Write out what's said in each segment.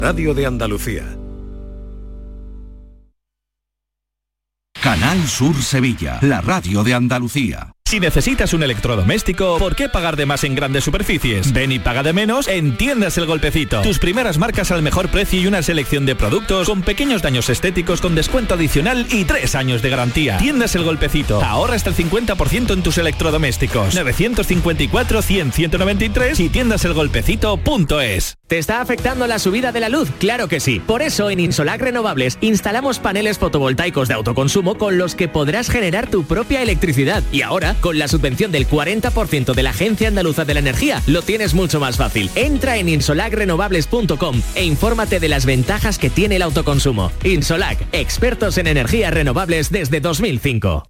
Radio de Andalucía. Canal Sur Sevilla, la radio de Andalucía. Si necesitas un electrodoméstico, ¿por qué pagar de más en grandes superficies? Ven y paga de menos en Tiendas El Golpecito. Tus primeras marcas al mejor precio y una selección de productos con pequeños daños estéticos con descuento adicional y 3 años de garantía. Tiendas El Golpecito. Ahorra hasta el 50% en tus electrodomésticos. 954-100-193 y tiendaselgolpecito.es. ¿Te está afectando la subida de la luz? Claro que sí. Por eso en Insolac Renovables instalamos paneles fotovoltaicos de autoconsumo con los que podrás generar tu propia electricidad. Y ahora, con la subvención del 40% de la Agencia Andaluza de la Energía, lo tienes mucho más fácil. Entra en insolacrenovables.com e infórmate de las ventajas que tiene el autoconsumo. Insolac, expertos en energías renovables desde 2005.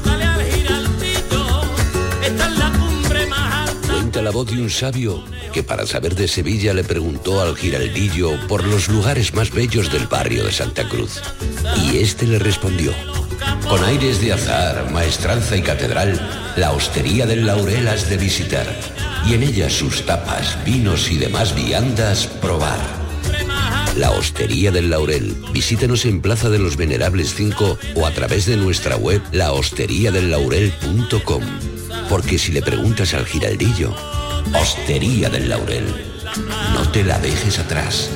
Cuenta la voz de un sabio que para saber de Sevilla le preguntó al giraldillo por los lugares más bellos del barrio de Santa Cruz. Y este le respondió: con aires de azar, maestranza y catedral, la hostería del Laurel has de visitar, y en ella sus tapas, vinos y demás viandas probar. La Hostería del Laurel. Visítanos en Plaza de los Venerables 5 o a través de nuestra web lahosteriadellaurel.com. Porque si le preguntas al giraldillo, Hostería del Laurel, no te la dejes atrás.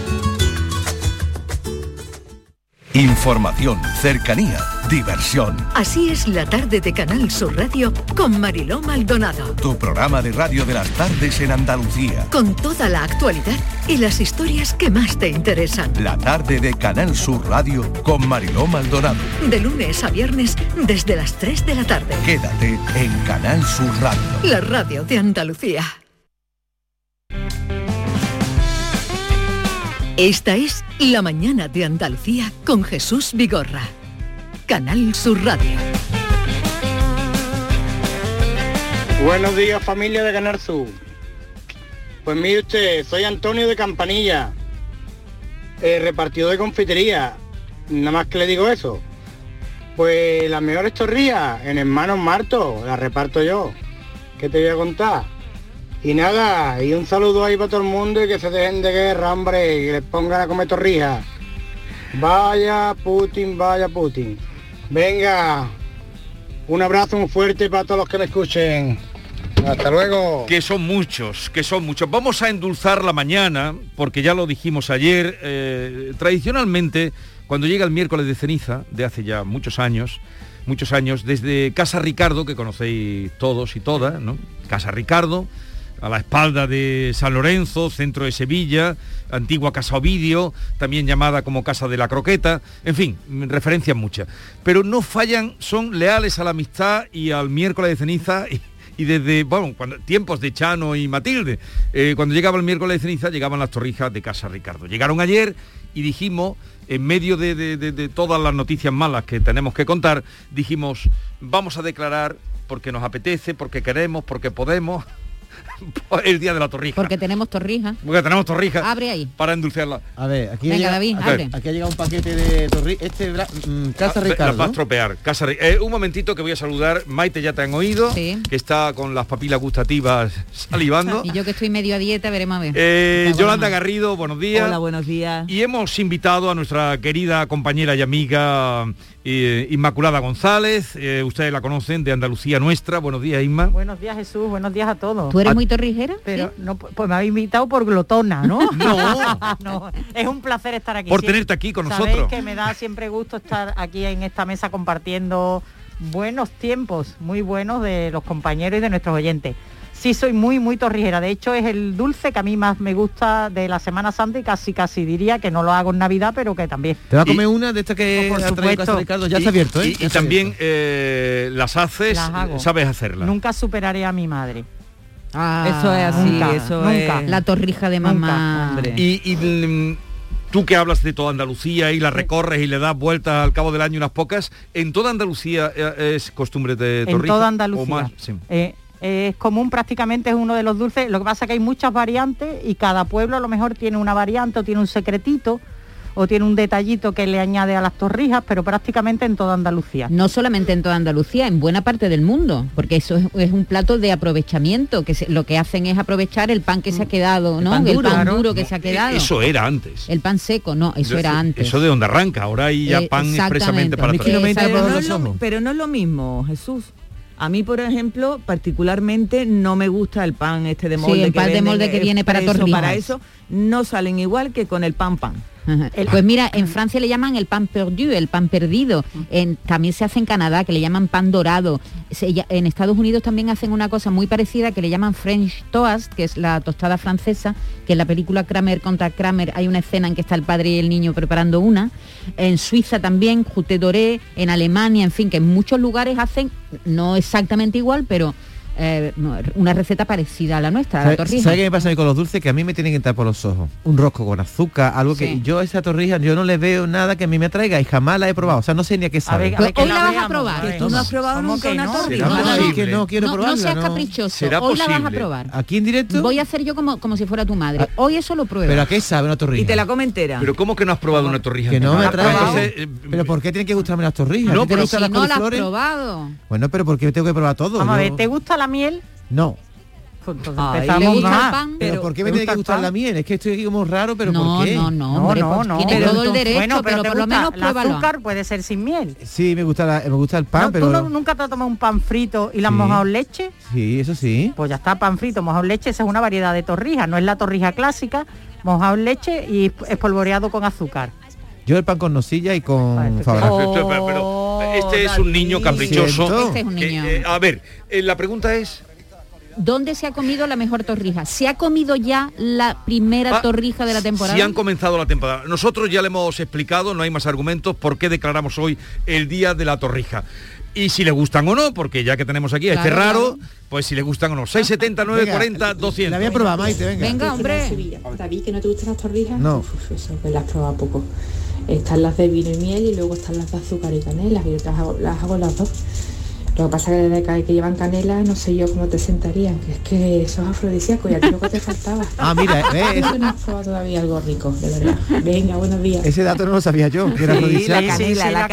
Información, cercanía, diversión. Así es la tarde de Canal Sur Radio con Mariló Maldonado. Tu programa de radio de las tardes en Andalucía. Con toda la actualidad y las historias que más te interesan. La tarde de Canal Sur Radio con Mariló Maldonado. De lunes a viernes desde las 3 de la tarde. Quédate en Canal Sur Radio. La radio de Andalucía. Esta es La Mañana de Andalucía con Jesús Vigorra. Canal Sur Radio. Buenos días, familia de Canal Sur. Pues mire usted, soy Antonio de Campanilla, repartidor de confitería. Nada más que le digo eso. Pues las mejores torrillas en Hermanos Martos, las reparto yo. ¿Qué te voy a contar? Y nada, y un saludo ahí para todo el mundo y que se dejen de guerra, hombre, y que les pongan a comer torrijas. Vaya Putin, vaya Putin. Venga, un abrazo muy fuerte para todos los que me escuchen. Hasta luego. Que son muchos. Vamos a endulzar la mañana, porque ya lo dijimos ayer, tradicionalmente, cuando llega el miércoles de ceniza, de hace ya muchos años, desde Casa Ricardo, que conocéis todos y todas, ¿no? Casa Ricardo, a la espalda de San Lorenzo, centro de Sevilla, antigua Casa Ovidio, también llamada como Casa de la Croqueta, en fin, referencias muchas. Pero no fallan, son leales a la amistad y al miércoles de ceniza y desde, tiempos de Chano y Matilde, cuando llegaba el miércoles de ceniza llegaban las torrijas de Casa Ricardo. Llegaron ayer y dijimos, en medio de todas las noticias malas que tenemos que contar, dijimos, vamos a declarar, porque nos apetece, porque queremos, porque podemos, el día de la torrija. Porque tenemos torrija. Abre ahí. Para endulzarla. A ver, aquí David, abre. Aquí ha llegado un paquete de torrija. Casa Ricardo. La va a estropear. Un momentito que voy a saludar. Maite, ya te han oído. Sí. Que está con las papilas gustativas salivando. Y yo que estoy medio a dieta, veremos a ver. Yolanda Garrido, buenos días. Hola, buenos días. Y hemos invitado a nuestra querida compañera y amiga Inmaculada González. Ustedes la conocen, de Andalucía Nuestra. Buenos días, Inma. Buenos días, Jesús. Buenos días a todos. ¿Tú eres muy torrijera? Pero ¿sí? no, pues me habéis invitado por glotona, ¿no? No. Es un placer estar aquí. Por tenerte aquí con nosotros. Sabéis que me da siempre gusto estar aquí en esta mesa compartiendo buenos tiempos, muy buenos de los compañeros y de nuestros oyentes. Sí, soy muy, muy torrijera. De hecho, es el dulce que a mí más me gusta de la Semana Santa y casi diría que no lo hago en Navidad, pero que también. ¿Te va a comer una de estas que por ha traído Casa Ricardo? Ya está abierto, ¿eh? Y también las haces, las hago. Sabes hacerlas. Nunca superaré a mi madre. Eso es así, nunca. Es la torrija de mamá. Y tú que hablas de toda Andalucía y la recorres y le das vueltas al cabo del año unas pocas, ¿en toda Andalucía es costumbre de torrija? En toda Andalucía. ¿O más? Sí. Es común, prácticamente es uno de los dulces. Lo que pasa es que hay muchas variantes y cada pueblo a lo mejor tiene una variante o tiene un secretito, o tiene un detallito que le añade a las torrijas, pero prácticamente en toda Andalucía. No solamente en toda Andalucía, en buena parte del mundo, porque eso es un plato de aprovechamiento, que lo que hacen es aprovechar el pan que se ha quedado, ¿no? El pan duro que se ha quedado. Eso era antes. El pan seco, no, eso era antes. Eso de donde arranca, ahora hay ya pan expresamente para pero no es lo mismo, Jesús. A mí, por ejemplo, particularmente no me gusta el pan este de molde. Sí, el pan de molde que viene para torrijas. Para eso no salen igual que con el pan. Pues mira, en Francia le llaman el pan perdu, el pan perdido. También se hace en Canadá, que le llaman pan dorado. En Estados Unidos también hacen una cosa muy parecida que le llaman French toast, que es la tostada francesa, que en la película Kramer contra Kramer hay una escena en que está el padre y el niño preparando una. En Suiza también, Jute Doré, en Alemania, en fin, que en muchos lugares hacen, no exactamente igual, pero una receta parecida a la nuestra, a la torrija. ¿Sabes qué me pasa a mí con los dulces? Que a mí me tienen que entrar por los ojos. Un rosco con azúcar, algo que yo a esa torrija, yo no le veo nada que a mí me atraiga y jamás la he probado. O sea, no sé ni a qué sabe. Hoy la vas a probar. Tú no has probado nunca una torrija. No quiero probarla. No seas caprichoso. Hoy la vas a probar. ¿Aquí en directo? Voy a hacer yo como si fuera tu madre. Hoy eso lo pruebo. ¿Pero a qué sabe una torrija? Y te la come entera. ¿Pero cómo que no has probado una torrija? Que no me atrae. ¿Pero por qué tienen que gustarme las torrijas? No, pero si no la has probado. Bueno, pero ¿por qué tengo que probar todo? Vamos a ver, ¿te gusta la miel? No. Pues entonces empezamos más. Pero ¿por qué me tiene que gustar la miel? Es que estoy aquí como raro, pero ¿por qué? No. Tiene todo el derecho, bueno, pero por lo menos pruébalo. El azúcar puede ser sin miel. Sí, me gusta el pan, pero... ¿Tú nunca te has tomado un pan frito y la has mojado en leche? Sí, eso sí. Pues ya está, pan frito, mojado en leche, esa es una variedad de torrija, no es la torrija clásica, mojado en leche y espolvoreado con azúcar. Yo el pan con nocilla y con pero este es un niño caprichoso. Este es un niño. A ver, la pregunta es... ¿Dónde se ha comido la mejor torrija? ¿Se ha comido ya la primera torrija de la temporada? Si han comenzado la temporada. Nosotros ya le hemos explicado, no hay más argumentos, por qué declaramos hoy el día de la torrija. Y si le gustan o no, porque ya que tenemos aquí a este raro, pues si le gustan o no. 670, 940, 200. La voy a probar, Maite, venga. Venga, hombre. David, ¿que no te gustan las torrijas? No. Eso, que las pruebas poco. Están las de vino y miel y luego están las de azúcar y canela, que yo las hago las dos. Lo que pasa es que desde que llevan canela, no sé yo cómo te sentarían, que es que eso es afrodisíaco y a ti lo que te faltaba. Mira, eso no has probado todavía algo rico, de verdad. Venga, buenos días. Ese dato no lo sabía yo, que era afrodisíaco. La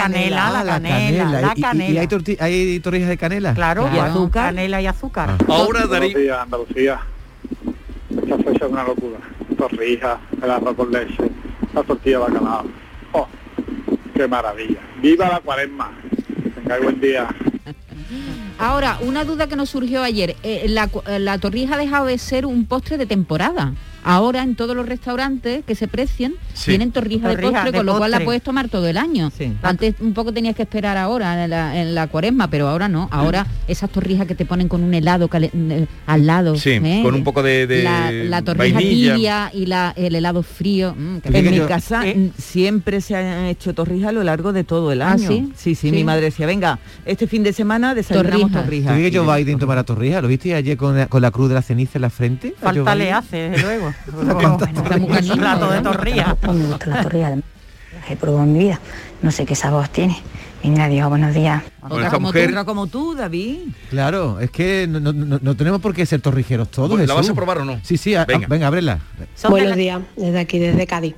canela. ¿Y hay torrijas de canela? Claro, y azúcar. Canela y azúcar. Ahora, Darío. Andalucía. Esta fecha es una locura. Torrijas, el arroz con leche, la tortilla de bacalao. ¡Oh, qué maravilla! ¡Viva la cuaresma! Tenga buen día. Ahora, una duda que nos surgió ayer. La torrija ha dejado de ser un postre de temporada. Ahora en todos los restaurantes que se precian tienen torrija de postre, con lo cual la puedes tomar todo el año. Sí. Antes un poco tenías que esperar ahora en la cuaresma, pero ahora no. Ahora esas torrijas que te ponen con un helado al lado. Sí, con un poco de la torrija vainilla. tibia y el helado frío. En mi casa siempre se han hecho torrijas a lo largo de todo el año. Sí, mi madre decía, venga, este fin de semana desayunamos torrijas. ¿Tú que yo Biden tomara torrija? ¿Lo viste ayer con la cruz de la ceniza en la frente? Falta le hace, desde luego. Un plato de torrilla. Me gusta la torrilla, las he probado en mi vida. No sé qué sabor tiene. Venga, adiós, buenos días. Otra como tú, David. Claro, es que no tenemos por qué ser torrijeros todos. Bueno, ¿la vas a probar o no? Sí, venga, ábrela. Buenos días, desde Cádiz.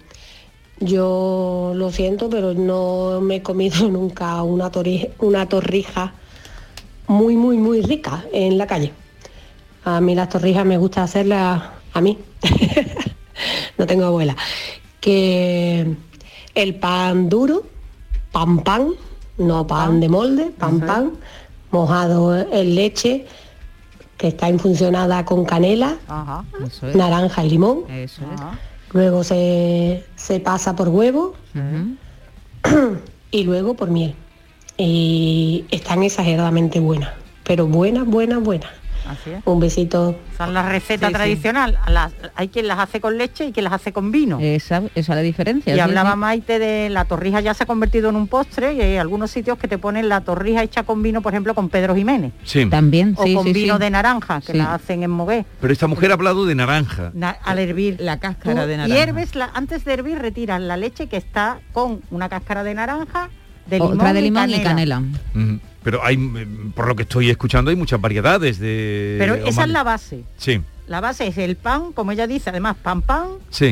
Yo lo siento, pero no me he comido nunca una torrija muy, muy, muy rica en la calle. A mí las torrijas me gusta hacerlas a mí. No tengo abuela. Que el pan duro, pan, no pan de molde, pan, mojado en leche, que está infusionada con canela, naranja y limón. Eso es. Luego se pasa por huevo y luego por miel. Y están exageradamente buenas, pero buenas. Así es. Un besito. Son la receta tradicional. Hay quien las hace con leche y quien las hace con vino. Esa es la diferencia. Y hablaba Maite de la torrija, ya se ha convertido en un postre y hay algunos sitios que te ponen la torrija hecha con vino, por ejemplo, con Pedro Jiménez. Sí. También. O con vino de naranja, que la hacen en Mogué. Pero esta mujer ha hablado de naranja. Al hervir. La cáscara de naranja. Hierves, antes de hervir, retiras la leche que está con una cáscara de naranja, de limón, otra de limón y canela. Pero hay, por lo que estoy escuchando, hay muchas variedades de... Pero esa es la base. Sí. La base es el pan, como ella dice, además pan. Sí.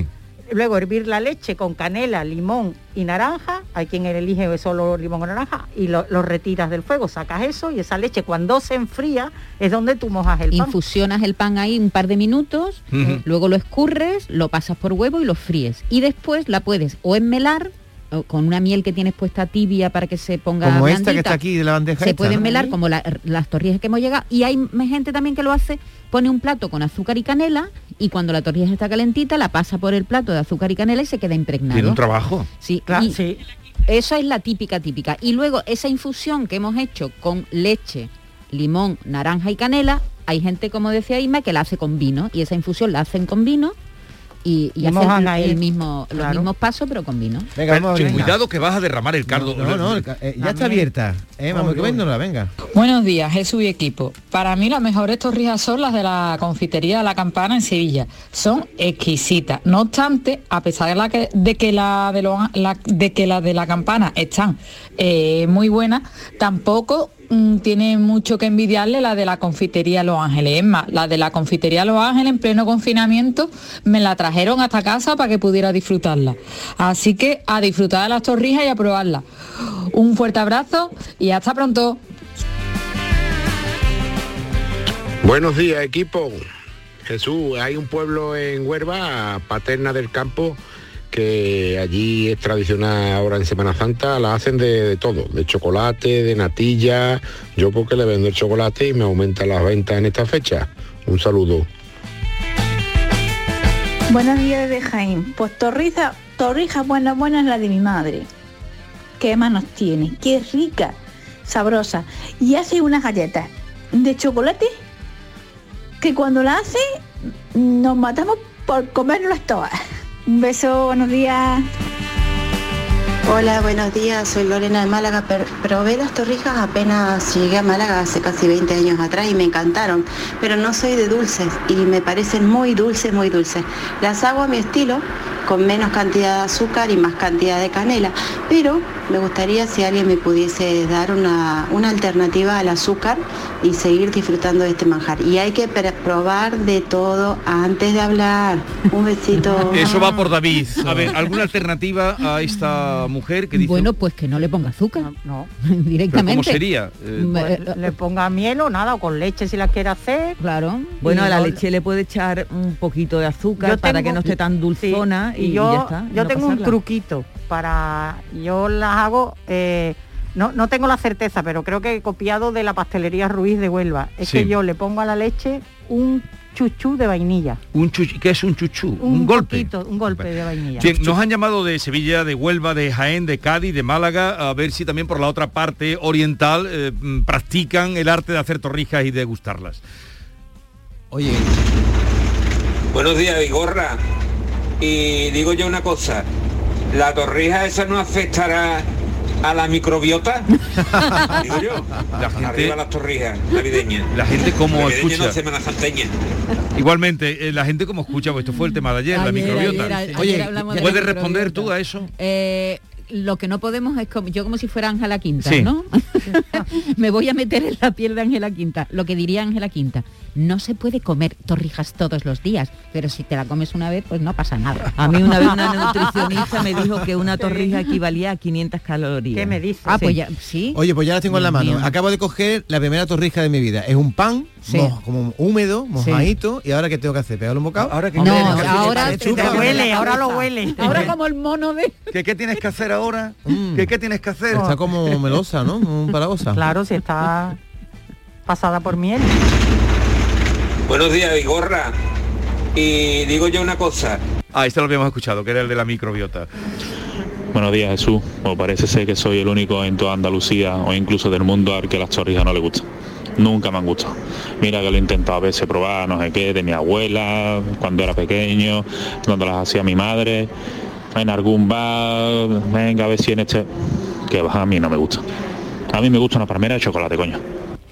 luego hervir la leche con canela, limón y naranja. Hay quien elige solo limón o naranja y lo retiras del fuego, sacas eso y esa leche cuando se enfría es donde tú mojas el pan. Infusionas el pan ahí un par de minutos, luego lo escurres, lo pasas por huevo y lo fríes. Y después la puedes o enmelar con una miel que tienes puesta tibia para que se ponga como blandita. Esta que está aquí de la bandeja. Se pueden melar como las torrijas que hemos llegado. Y hay gente también que lo hace, pone un plato con azúcar y canela y cuando la torrija está calentita la pasa por el plato de azúcar y canela y se queda impregnado. Tiene un trabajo. Sí, claro. Sí. Eso es la típica. Y luego esa infusión que hemos hecho con leche, limón, naranja y canela, hay gente, como decía Inma, que la hace con vino y esa infusión la hacen con vino. Y hacen los mismos pasos, pero con vino. Venga, cuidado que vas a derramar el caldo. Ya está abierta. Vamos, que véndola, venga. Buenos días, Jesús y equipo. Para mí las mejores torrijas son las de la confitería La Campana en Sevilla. Son exquisitas. No obstante, a pesar de que las de La Campana están muy buenas, tampoco tiene mucho que envidiarle la de la confitería Los Ángeles. Es más, la de la confitería Los Ángeles en pleno confinamiento me la trajeron hasta casa para que pudiera disfrutarla. Así que a disfrutar de las torrijas y a probarlas. Un fuerte abrazo y hasta pronto. Buenos días, equipo. Jesús, hay un pueblo en Huelva, Paterna del Campo, que allí es tradicional ahora en Semana Santa, la hacen de todo, de chocolate, de natilla. Yo porque le vendo el chocolate y me aumentan las ventas en esta fecha. Un saludo. Buenos días desde Jaén. Pues torrija buena es la de mi madre. Qué manos tiene, qué rica, sabrosa. Y hace unas galletas de chocolate que cuando la hace nos matamos por comérnoslas todas. Un beso, buenos días. Hola, buenos días, soy Lorena de Málaga. Probé las torrijas apenas llegué a Málaga hace casi 20 años atrás y me encantaron, pero no soy de dulces y me parecen muy dulces, muy dulces. Las hago a mi estilo, con menos cantidad de azúcar y más cantidad de canela, pero me gustaría si alguien me pudiese dar una alternativa al azúcar y seguir disfrutando de este manjar. Y hay que probar de todo antes de hablar. Un besito. Eso va por David. A ver, ¿alguna alternativa a esta mujer que dice? Bueno, pues que no le ponga azúcar. No. Directamente. ¿Cómo sería? Le ponga miel o nada, o con leche si la quiere hacer. Claro. Bueno, a la leche le puede echar un poquito de azúcar para que no esté tan dulzona. Sí. Y ya está. Yo tengo un truquito yo las hago, no tengo la certeza, pero creo que he copiado de la pastelería Ruiz de Huelva. Es que yo le pongo a la leche un chuchú de vainilla. ¿Qué es un chuchú? Un golpe. Un golpe de vainilla. Bien, nos han llamado de Sevilla, de Huelva, de Jaén, de Cádiz, de Málaga, a ver si también por la otra parte oriental practican el arte de hacer torrijas y de gustarlas. Oye. Buenos días, Vigorra. Y digo yo una cosa, ¿la torrija esa no afectará a la microbiota? Digo yo. La gente, arriba las torrijas navideñas. La gente como escucha. No, Semana Santeña. Igualmente, la gente como escucha, pues esto fue el tema de ayer, la microbiota. Oye, ¿puedes responder tú a eso? Lo que no podemos es como si fuera Ángela Quinta, sí. ¿no? Me voy a meter en la piel de Ángela Quinta. Lo que diría Ángela Quinta, no se puede comer torrijas todos los días, pero si te la comes una vez, pues no pasa nada. A mí una vez una nutricionista me dijo que una torrija equivalía a 500 calorías. ¿Qué me dices? Pues ya, sí. Oye, pues ya la tengo en la mano. Mío. Acabo de coger la primera torrija de mi vida. Es un pan, como húmedo, mojadito, y ahora ¿qué tengo que hacer? ¿Pegarle un bocado? Ahora que ahora te huele, ahora lo huele. Ahora como el mono de... ¿Qué tienes que hacer ahora? ¿Qué tienes que hacer? Está como melosa, ¿no? Un parabosa. Claro, si está pasada por miel. Buenos días, Vigorra. Y digo yo una cosa. Este lo habíamos escuchado, que era el de la microbiota. Buenos días, Jesús. Pues parece ser que soy el único en toda Andalucía o incluso del mundo al que las torrijas no le gustan. Nunca me han gustado. Mira que lo he intentado a veces probar, no sé qué, de mi abuela, cuando era pequeño, cuando las hacía mi madre, en algún bar, venga a ver si en este... Que a mí no me gusta. A mí me gusta una palmera de chocolate, coño.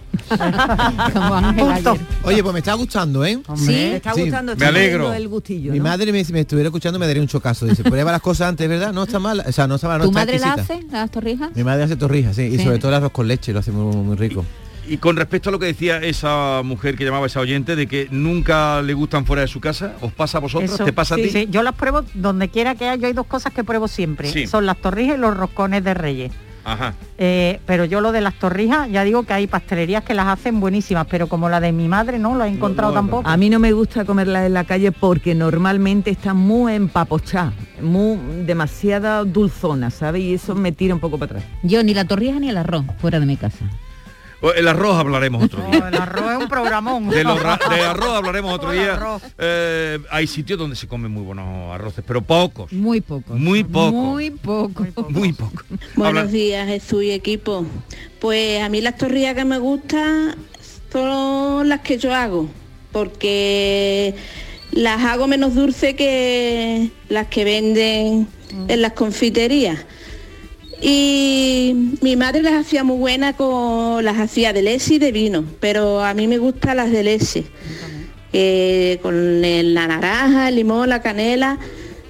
Oye, pues me está gustando, ¿eh? Sí, me está gustando. Me alegro. El gustillo, mi madre me estuviera escuchando me daría un chocazo. Dice, prueba las cosas antes, ¿verdad? No está mal. O sea, no está mal. ¿Tu madre la hace, las torrijas? Mi madre hace torrijas, sí. Y sobre todo el arroz con leche, lo hace muy, muy rico. Y con respecto a lo que decía esa mujer que llamaba, esa oyente, de que nunca le gustan fuera de su casa, ¿os pasa a vosotros? Eso, ¿Te pasa a ti? Sí, yo las pruebo donde quiera que haya. Yo hay dos cosas que pruebo siempre. Sí. Son las torrijas y los roscones de Reyes. Ajá. Pero yo lo de las torrijas, ya digo que hay pastelerías que las hacen buenísimas, pero como la de mi madre no la he encontrado tampoco. A mí no me gusta comerlas en la calle porque normalmente están muy empapochadas, demasiada dulzona, ¿sabes? Y eso me tira un poco para atrás. Yo ni la torrija ni el arroz fuera de mi casa. El arroz hablaremos otro día. El arroz es un programón. De arroz hablaremos otro día. Hay sitios donde se comen muy buenos arroces, pero pocos. Muy pocos. Muy pocos. Muy poco. Muy poco. Buenos días, Jesús y equipo. Pues a mí las torrillas que me gustan son las que yo hago, porque las hago menos dulces que las que venden en las confiterías. Y mi madre las hacía muy buenas, las hacía de leche y de vino, pero a mí me gustan las de leche, con la naranja, el limón, la canela,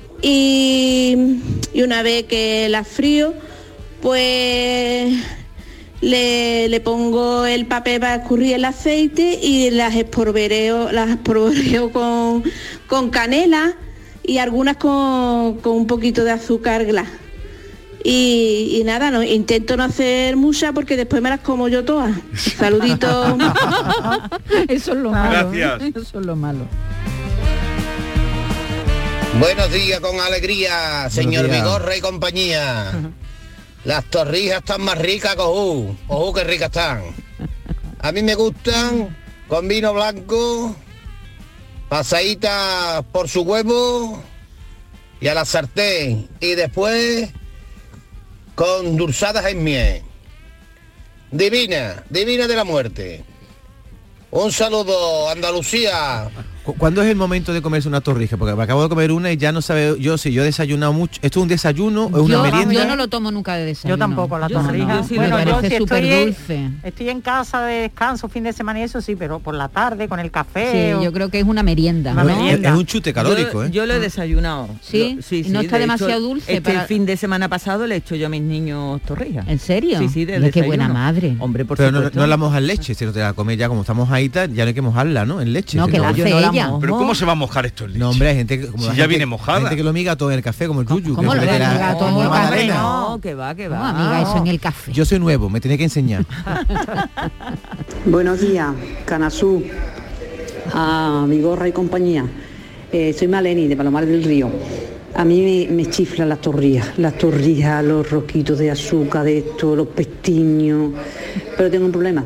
y una vez que las frío, pues le pongo el papel para escurrir el aceite y las espolvoreo con canela y algunas con un poquito de azúcar glass. Y nada, no, intento no hacer muchas porque después me las como yo todas. Saluditos. Eso es lo malo. Gracias. Eso es lo malo. Buenos días con alegría, señor Vigorra y compañía. Las torrijas están más ricas que ojú, qué ricas están. A mí me gustan con vino blanco, pasaditas por su huevo y a la sartén. Y después con dulzadas en miel. Divina de la muerte. Un saludo, Andalucía. ¿Cuándo es el momento de comerse una torrija? Porque me acabo de comer una y ya no sabe yo si yo he desayunado mucho. ¿Esto es un desayuno o es una merienda? Yo no lo tomo nunca de desayuno. Yo tampoco, la torrija. Sí, bueno, yo si estoy en casa de descanso, fin de semana y eso sí, pero por la tarde con el café. Sí, yo creo que es una merienda. Es un chute calórico, Yo lo he desayunado. Sí, y no está demasiado dulce. El fin de semana pasado le he hecho yo a mis niños torrijas. ¿En serio? Sí, de qué buena madre. Hombre, por pero supuesto. no la mojas en leche, sino te la comes ya como estamos ahí, ya no hay que mojarla, ¿no? En leche. No, que la hace ella. Pero ¿cómo se va a mojar esto en leche? No, hombre, hay gente que ya viene mojada. Hay gente que lo miga todo en el café, como el yuyu. ¿Cómo lo miga todo en el café? No, que va. Amiga, eso en el café. Yo soy nuevo, me tiene que enseñar. Buenos días, Canasú, a Vigorra y compañía. Soy Maleni, de Palomar del Río. A mí me chiflan las torrijas, los rosquitos de azúcar, de esto, los pestiños. Pero tengo un problema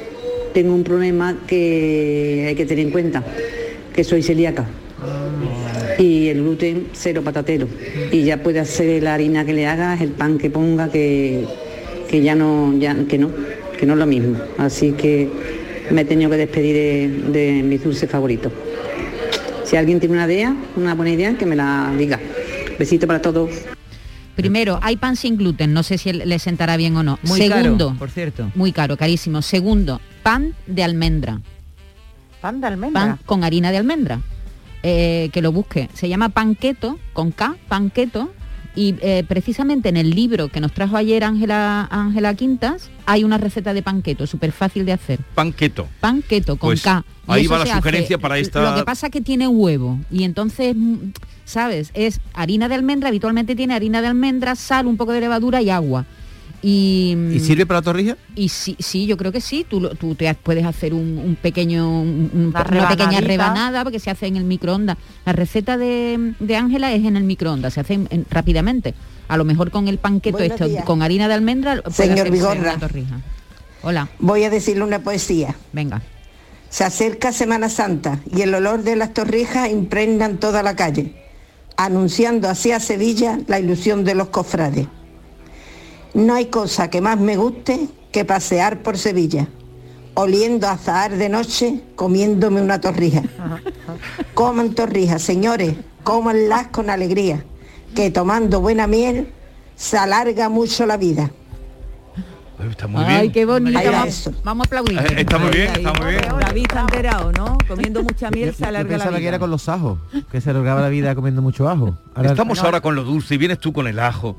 que hay que tener en cuenta, que soy celíaca. Y el gluten cero patatero. Y ya puede hacer la harina que le hagas, el pan que ponga, que no es lo mismo. Así que me he tenido que despedir de mis dulces favoritos. Si alguien tiene una buena idea, que me la diga. Besito para todos. Primero, hay pan sin gluten, no sé si le sentará bien o no. Muy Segundo, caro, por cierto. Muy caro, carísimo. Segundo, pan de almendra. ¿Pan de almendra? Pan con harina de almendra. Que lo busque. Se llama panqueto, con K, panqueto. Y precisamente en el libro que nos trajo ayer Ángela Quintas, hay una receta de panqueto, súper fácil de hacer. Panqueto. Panqueto, con pues K. Y ahí va la sugerencia hace, para esta... Lo que pasa es que tiene huevo. Y entonces, ¿sabes? Es harina de almendra, habitualmente tiene harina de almendra, sal, un poco de levadura y agua. ¿Y sirve para la torrilla? Y sí, yo creo que sí. Tú te puedes hacer una pequeña rebanada porque se hace en el microondas. La receta de Ángela es en el microondas, se hace rápidamente. A lo mejor con el panqueto con harina de almendra. Señor Vigorra, hola. Voy a decirle una poesía. Venga. Se acerca Semana Santa y el olor de las torrijas impregnan toda la calle, anunciando así a Sevilla la ilusión de los cofrades. No hay cosa que más me guste que pasear por Sevilla, oliendo a azahar de noche, comiéndome una torrija. Coman torrijas, señores, cómanlas con alegría, que tomando buena miel se alarga mucho la vida. Está muy bien. Ay, qué bonito. Vamos a aplaudir. Está muy bien, está muy bien. David está enterado, ¿no? Comiendo mucha miel se alarga la vida. Pensaba que era con los ajos, que se alargaba la vida comiendo mucho ajo. Estamos ahora con lo dulce y vienes tú con el ajo.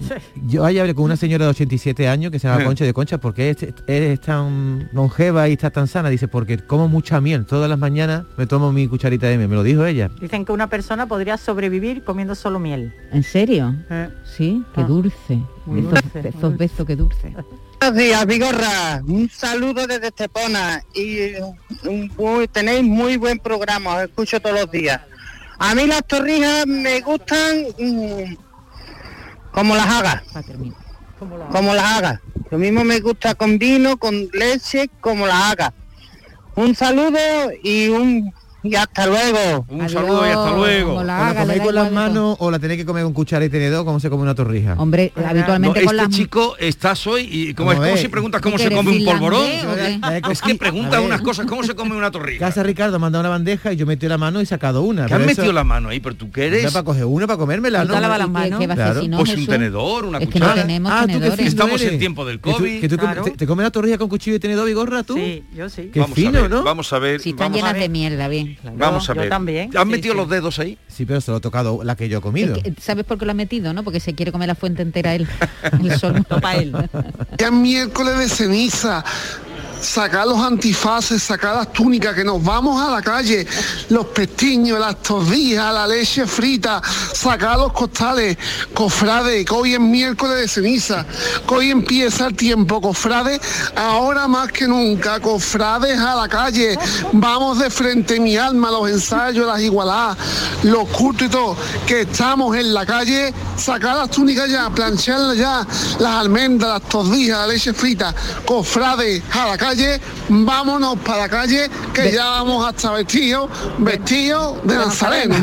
Yo ayer hablé con una señora de 87 años que se llama Concha de Concha, ¿por qué eres tan longeva y estás tan sana? Dice, porque como mucha miel, todas las mañanas me tomo mi cucharita de miel, me lo dijo ella. Dicen que una persona podría sobrevivir comiendo solo miel. ¿En serio? Sí, qué dulce. Esos besos, qué dulce. Buenos días, Vigorra. Un saludo desde Estepona y tenéis muy buen programa, os escucho todos los días. A mí las torrijas me gustan como las hagas. Como las hagas. Lo mismo me gusta con vino, con leche, como las hagas. Un saludo y hasta luego. Un saludo y hasta luego. ¿La coméis con las manos o la tenéis que comer con cuchara y tenedor como se come una torrija? Hombre, habitualmente no, con las... chico estás hoy y como si preguntas cómo se come un polvorón. Es que preguntas unas cosas, ¿cómo se come una torrija? Casa Ricardo ha mandado una bandeja y yo metí la mano y sacado una. ¿Qué has metido la mano ahí? ¿Pero tú qué eres? Para coger una, para comérmela, ¿no? Lavar las manos. Claro. Si no, pues Jesús, un tenedor, una es cuchara. Que no tenemos tenedores. Estamos en tiempo del COVID. ¿Que tú te comes la torrija con cuchillo y tenedor, Vigorra, tú? Sí, yo sí. Qué fino, ¿no? Vamos a ver. Si están llenas de mierda, bien. Vamos a ver. También. ¿Han metido los dedos ahí? Sí, pero se lo he tocado la que yo he comido. ¿Sabes por qué lo ha metido, no? Porque se quiere comer la fuente entera él. El sol no para él. Ya es miércoles de ceniza. Sacar los antifaces, sacar las túnicas, que nos vamos a la calle, los pestiños, las torrijas, la leche frita, sacar los costales, cofrade, que hoy es miércoles de ceniza, que hoy empieza el tiempo, cofrade, ahora más que nunca, cofrades a la calle, vamos de frente, mi alma, los ensayos, las igualadas, los cultos y todo, que estamos en la calle, sacar las túnicas ya, plancharlas ya, las almendras, las torrijas, la leche frita, cofrades a la calle, vámonos para la calle, que ya vamos hasta vestidos de Nazareno.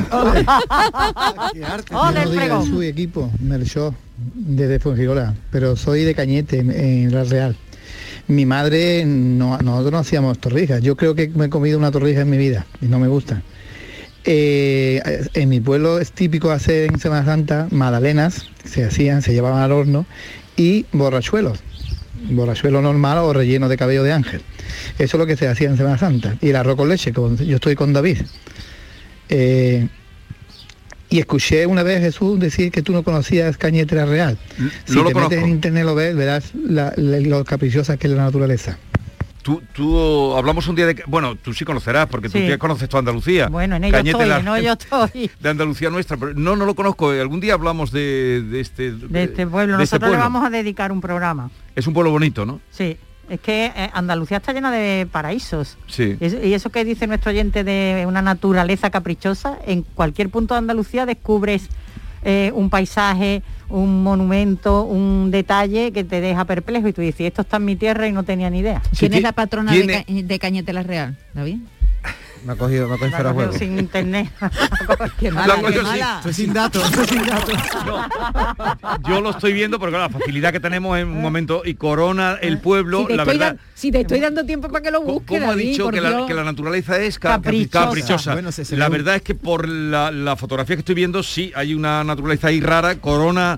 Buenos días, su equipo, Melchor, desde Fuengirola, pero soy de Cañete, en La Real. Mi madre, nosotros no hacíamos torrijas, yo creo que me he comido una torrija en mi vida y no me gusta. En mi pueblo es típico hacer en Semana Santa magdalenas, se llevaban al horno, y borrachuelo normal o relleno de cabello de ángel. Eso es lo que se hacía en Semana Santa. Y el arroz con leche, yo estoy con David. Y escuché una vez Jesús decir que tú no conocías Cañete La Real. Si no te metes en internet lo ves, verás lo caprichosa que es la naturaleza. Tú hablamos un día de... Bueno, tú sí conocerás, porque tú ya conoces toda Andalucía. Bueno, en ello yo estoy. De Andalucía nuestra, pero no lo conozco. Algún día hablamos de este pueblo. Nosotros le vamos a dedicar un programa. Es un pueblo bonito, ¿no? Sí. Es que Andalucía está llena de paraísos. Sí. Y eso que dice nuestro oyente de una naturaleza caprichosa, en cualquier punto de Andalucía descubres un paisaje, un monumento, un detalle que te deja perplejo y tú dices, esto está en mi tierra y no tenía ni idea. ¿Quién es la patrona de Cañete La Real, David? Me ha cogido fuera juego. Sin internet. Qué mala. Sin datos. Yo lo estoy viendo porque la facilidad que tenemos en un momento y corona el pueblo, la verdad. Si te estoy dando tiempo para que lo busques. ¿Cómo ha dicho que la naturaleza es caprichosa? Bueno, la verdad es que por la fotografía que estoy viendo, sí, hay una naturaleza ahí rara, corona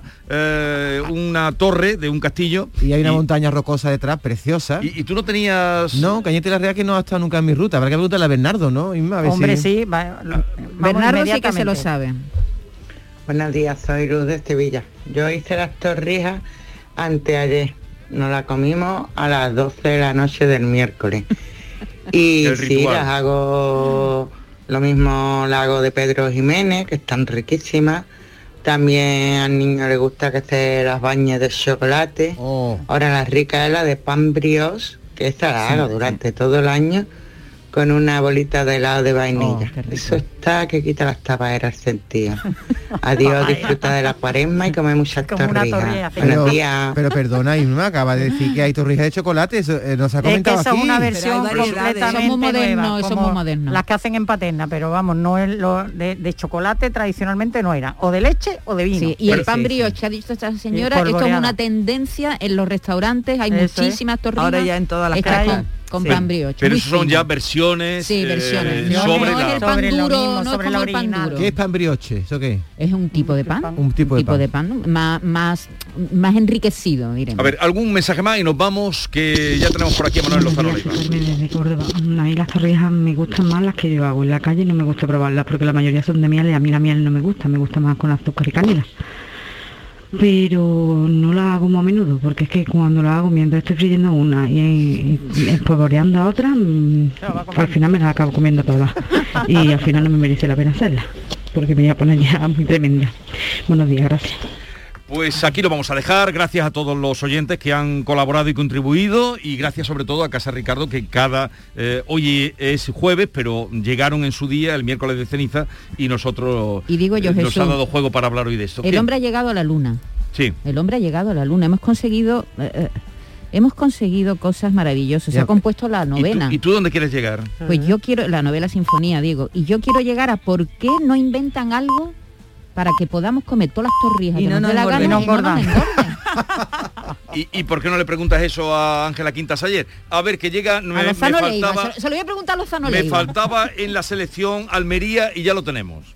una torre de un castillo. Y hay una montaña rocosa detrás, preciosa. ¿Y tú no tenías...? No, Cañete La Real que no ha estado nunca en mi ruta. Habrá que preguntarle a Bernardo, ¿no? Hombre, sí. Bernardo sí que se lo sabe. Buenos días, soy Luz de Sevilla. Yo hice las torrijas anteayer. Nos las comimos a las 12 de la noche del miércoles. Y sí, las hago... Lo mismo la hago de Pedro Jiménez, que están riquísimas. También al niño le gusta que se las bañe de chocolate. Ahora la rica es la de pan brioche, que esta la hago durante todo el año con una bolita de helado de vainilla. Eso está que quita las tapaderas sentido. Adiós, disfruta de la cuaresma y come muchas torrijas. Buenos días. Pero perdona, Irma, acaba de decir que hay torrijas de chocolate, eso nos ha comentado aquí. Es una versión completamente nueva, somos modernos. Las que hacen en Paterna, pero vamos, no es lo de chocolate tradicionalmente no era, o de leche o de vino. Sí, y el pan brioche, ha dicho esta señora, esto es una tendencia en los restaurantes, hay muchísimas torrijas. Ahora ya en todas las calles. Con pan brioche. Pero eso son ya versiones, versiones. Sobre el pan duro, no como el pan duro. ¿Qué es pan brioche? ¿Eso qué? Es un tipo de pan. Un tipo de pan más enriquecido, diremos. A ver, algún mensaje más y nos vamos, que ya tenemos por aquí a Manuel Lozano Leiva. Desde Córdoba. A mí las torrijas me gustan más las que yo hago en la calle y no me gusta probarlas porque la mayoría son de miel y a mí la miel no me gusta más con azúcar y canela. pero no la hago muy a menudo, porque es que cuando la hago mientras estoy friendo una y espolvoreando otra, al final me la acabo comiendo todas y al final no me merece la pena hacerla, porque me voy a poner ya muy tremenda. Buenos días, gracias. Pues aquí lo vamos a dejar, gracias a todos los oyentes que han colaborado y contribuido, y gracias sobre todo a Casa Ricardo, que hoy es jueves, pero llegaron en su día el miércoles de ceniza y nosotros y digo yo, nos Jesús, ha dado juego para hablar hoy de esto. El hombre ha llegado a la luna. Sí. El hombre ha llegado a la luna, hemos conseguido cosas maravillosas, se ha compuesto la novena. ¿Y tú dónde quieres llegar? Pues yo quiero, la novela sinfonía, digo, y yo quiero llegar a por qué no inventan algo para que podamos comer todas las torrijas y no nos engorden. ¿Y por qué no le preguntas eso a Ángela Quintas ayer? A ver, que llega... me faltaba, se lo voy a preguntar a Lozano Me Leiva. faltaba en la selección Almería y ya lo tenemos.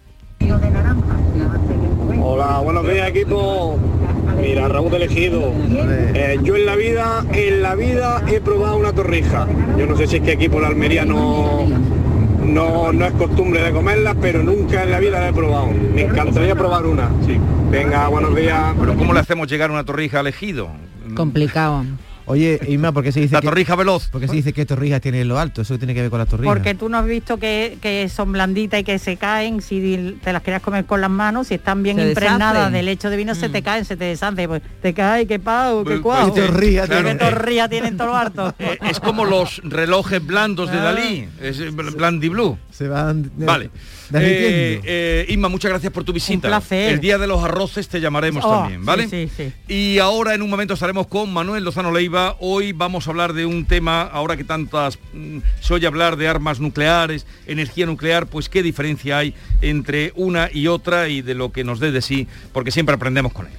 Hola, buenos días, equipo. Mira, Raúl de Ejido. Yo en la vida he probado una torrija. Yo no sé si es que aquí por la Almería no es costumbre de comerlas, pero nunca en la vida la he probado. Me encantaría probar una. Sí. Venga, buenos días. Pero ¿cómo le hacemos llegar una torrija al Ejido? Complicado. Oye, Isma, ¿por qué se dice la torrija veloz? ¿Por qué se dice que torrijas tiene en lo alto? Eso tiene que ver con las torrijas. Porque tú no has visto que son blanditas y que se caen, si te las quieres comer con las manos, si están bien impregnadas del hecho de vino, se te caen, se te deshacen, pues te cae, qué pavo, qué cuau. ¿Qué torrija tienen todo lo harto? Es como los relojes blandos de Dalí, es Blandi Blue. Se van... Vale. Isma, muchas gracias por tu visita. Un placer. El día de los arroces te llamaremos también, ¿vale? Sí. Y ahora en un momento estaremos con Manuel Lozano Leiva. Hoy vamos a hablar de un tema, ahora que se oye hablar de armas nucleares, energía nuclear, pues qué diferencia hay entre una y otra y de lo que nos dé de sí, porque siempre aprendemos con él.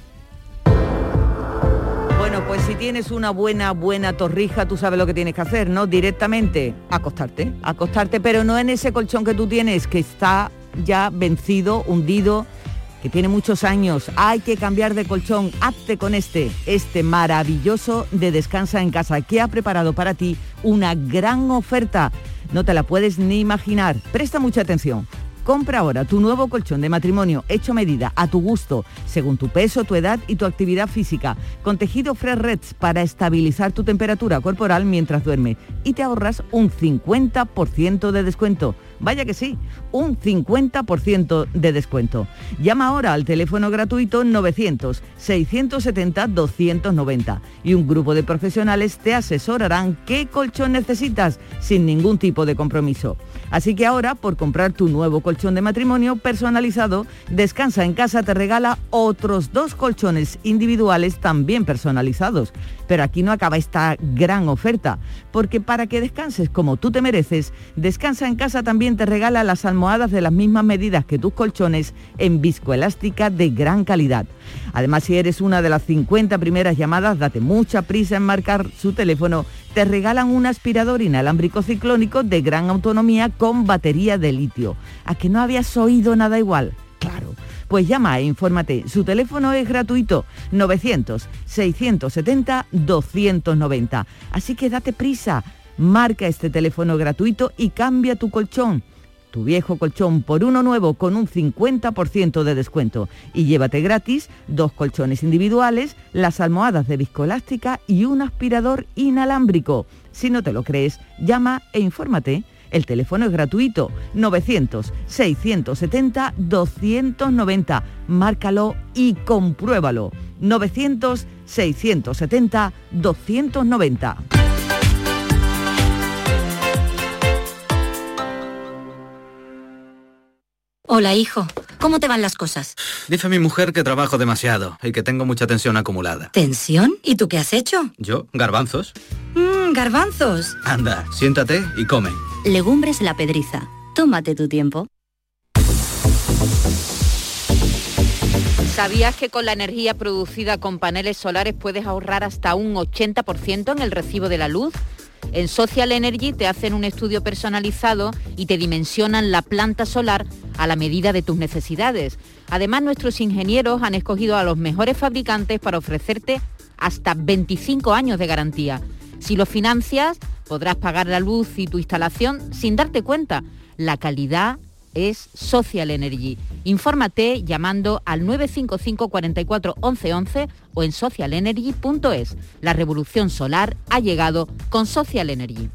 Bueno, pues si tienes una buena torrija, tú sabes lo que tienes que hacer, ¿no? Directamente, acostarte, pero no en ese colchón que tú tienes, que está ya vencido, hundido, que tiene muchos años. Hay que cambiar de colchón. Hazte con este maravilloso de Descansa en Casa, que ha preparado para ti una gran oferta. No te la puedes ni imaginar. Presta mucha atención. Compra ahora tu nuevo colchón de matrimonio hecho a medida, a tu gusto, según tu peso, tu edad y tu actividad física, con tejido Fresh Reds para estabilizar tu temperatura corporal mientras duermes, y te ahorras un 50% de descuento. Vaya que sí, un 50% de descuento. Llama ahora al teléfono gratuito 900-670-290 y un grupo de profesionales te asesorarán qué colchón necesitas sin ningún tipo de compromiso. Así que ahora, por comprar tu nuevo colchón de matrimonio personalizado, Descansa en Casa te regala otros 2 colchones individuales también personalizados. Pero aquí no acaba esta gran oferta, porque para que descanses como tú te mereces, Descansa en Casa también te regala las almohadas de las mismas medidas que tus colchones en viscoelástica de gran calidad. Además, si eres una de las 50 primeras llamadas, date mucha prisa en marcar su teléfono. Te regalan un aspirador inalámbrico ciclónico de gran autonomía con batería de litio. ¿A que no habías oído nada igual? Claro. Pues llama e infórmate. Su teléfono es gratuito, 900-670-290. Así que date prisa, marca este teléfono gratuito y cambia tu colchón, tu viejo colchón, por uno nuevo con un 50% de descuento. Y llévate gratis 2 colchones individuales, las almohadas de viscoelástica y un aspirador inalámbrico. Si no te lo crees, llama e infórmate. El teléfono es gratuito, 900-670-290. Márcalo y compruébalo. 900-670-290. Hola, hijo. ¿Cómo te van las cosas? Dice mi mujer que trabajo demasiado y que tengo mucha tensión acumulada. ¿Tensión? ¿Y tú qué has hecho? ¿Yo? ¿Garbanzos? Garbanzos. Anda, siéntate y come. Legumbres La Pedriza. Tómate tu tiempo. ¿Sabías que con la energía producida con paneles solares puedes ahorrar hasta un 80% en el recibo de la luz? En Social Energy te hacen un estudio personalizado y te dimensionan la planta solar a la medida de tus necesidades. Además, nuestros ingenieros han escogido a los mejores fabricantes para ofrecerte hasta 25 años de garantía. Si lo financias, podrás pagar la luz y tu instalación sin darte cuenta. La calidad es Social Energy. Infórmate llamando al 955 44 11 11 o en socialenergy.es. La revolución solar ha llegado con Social Energy.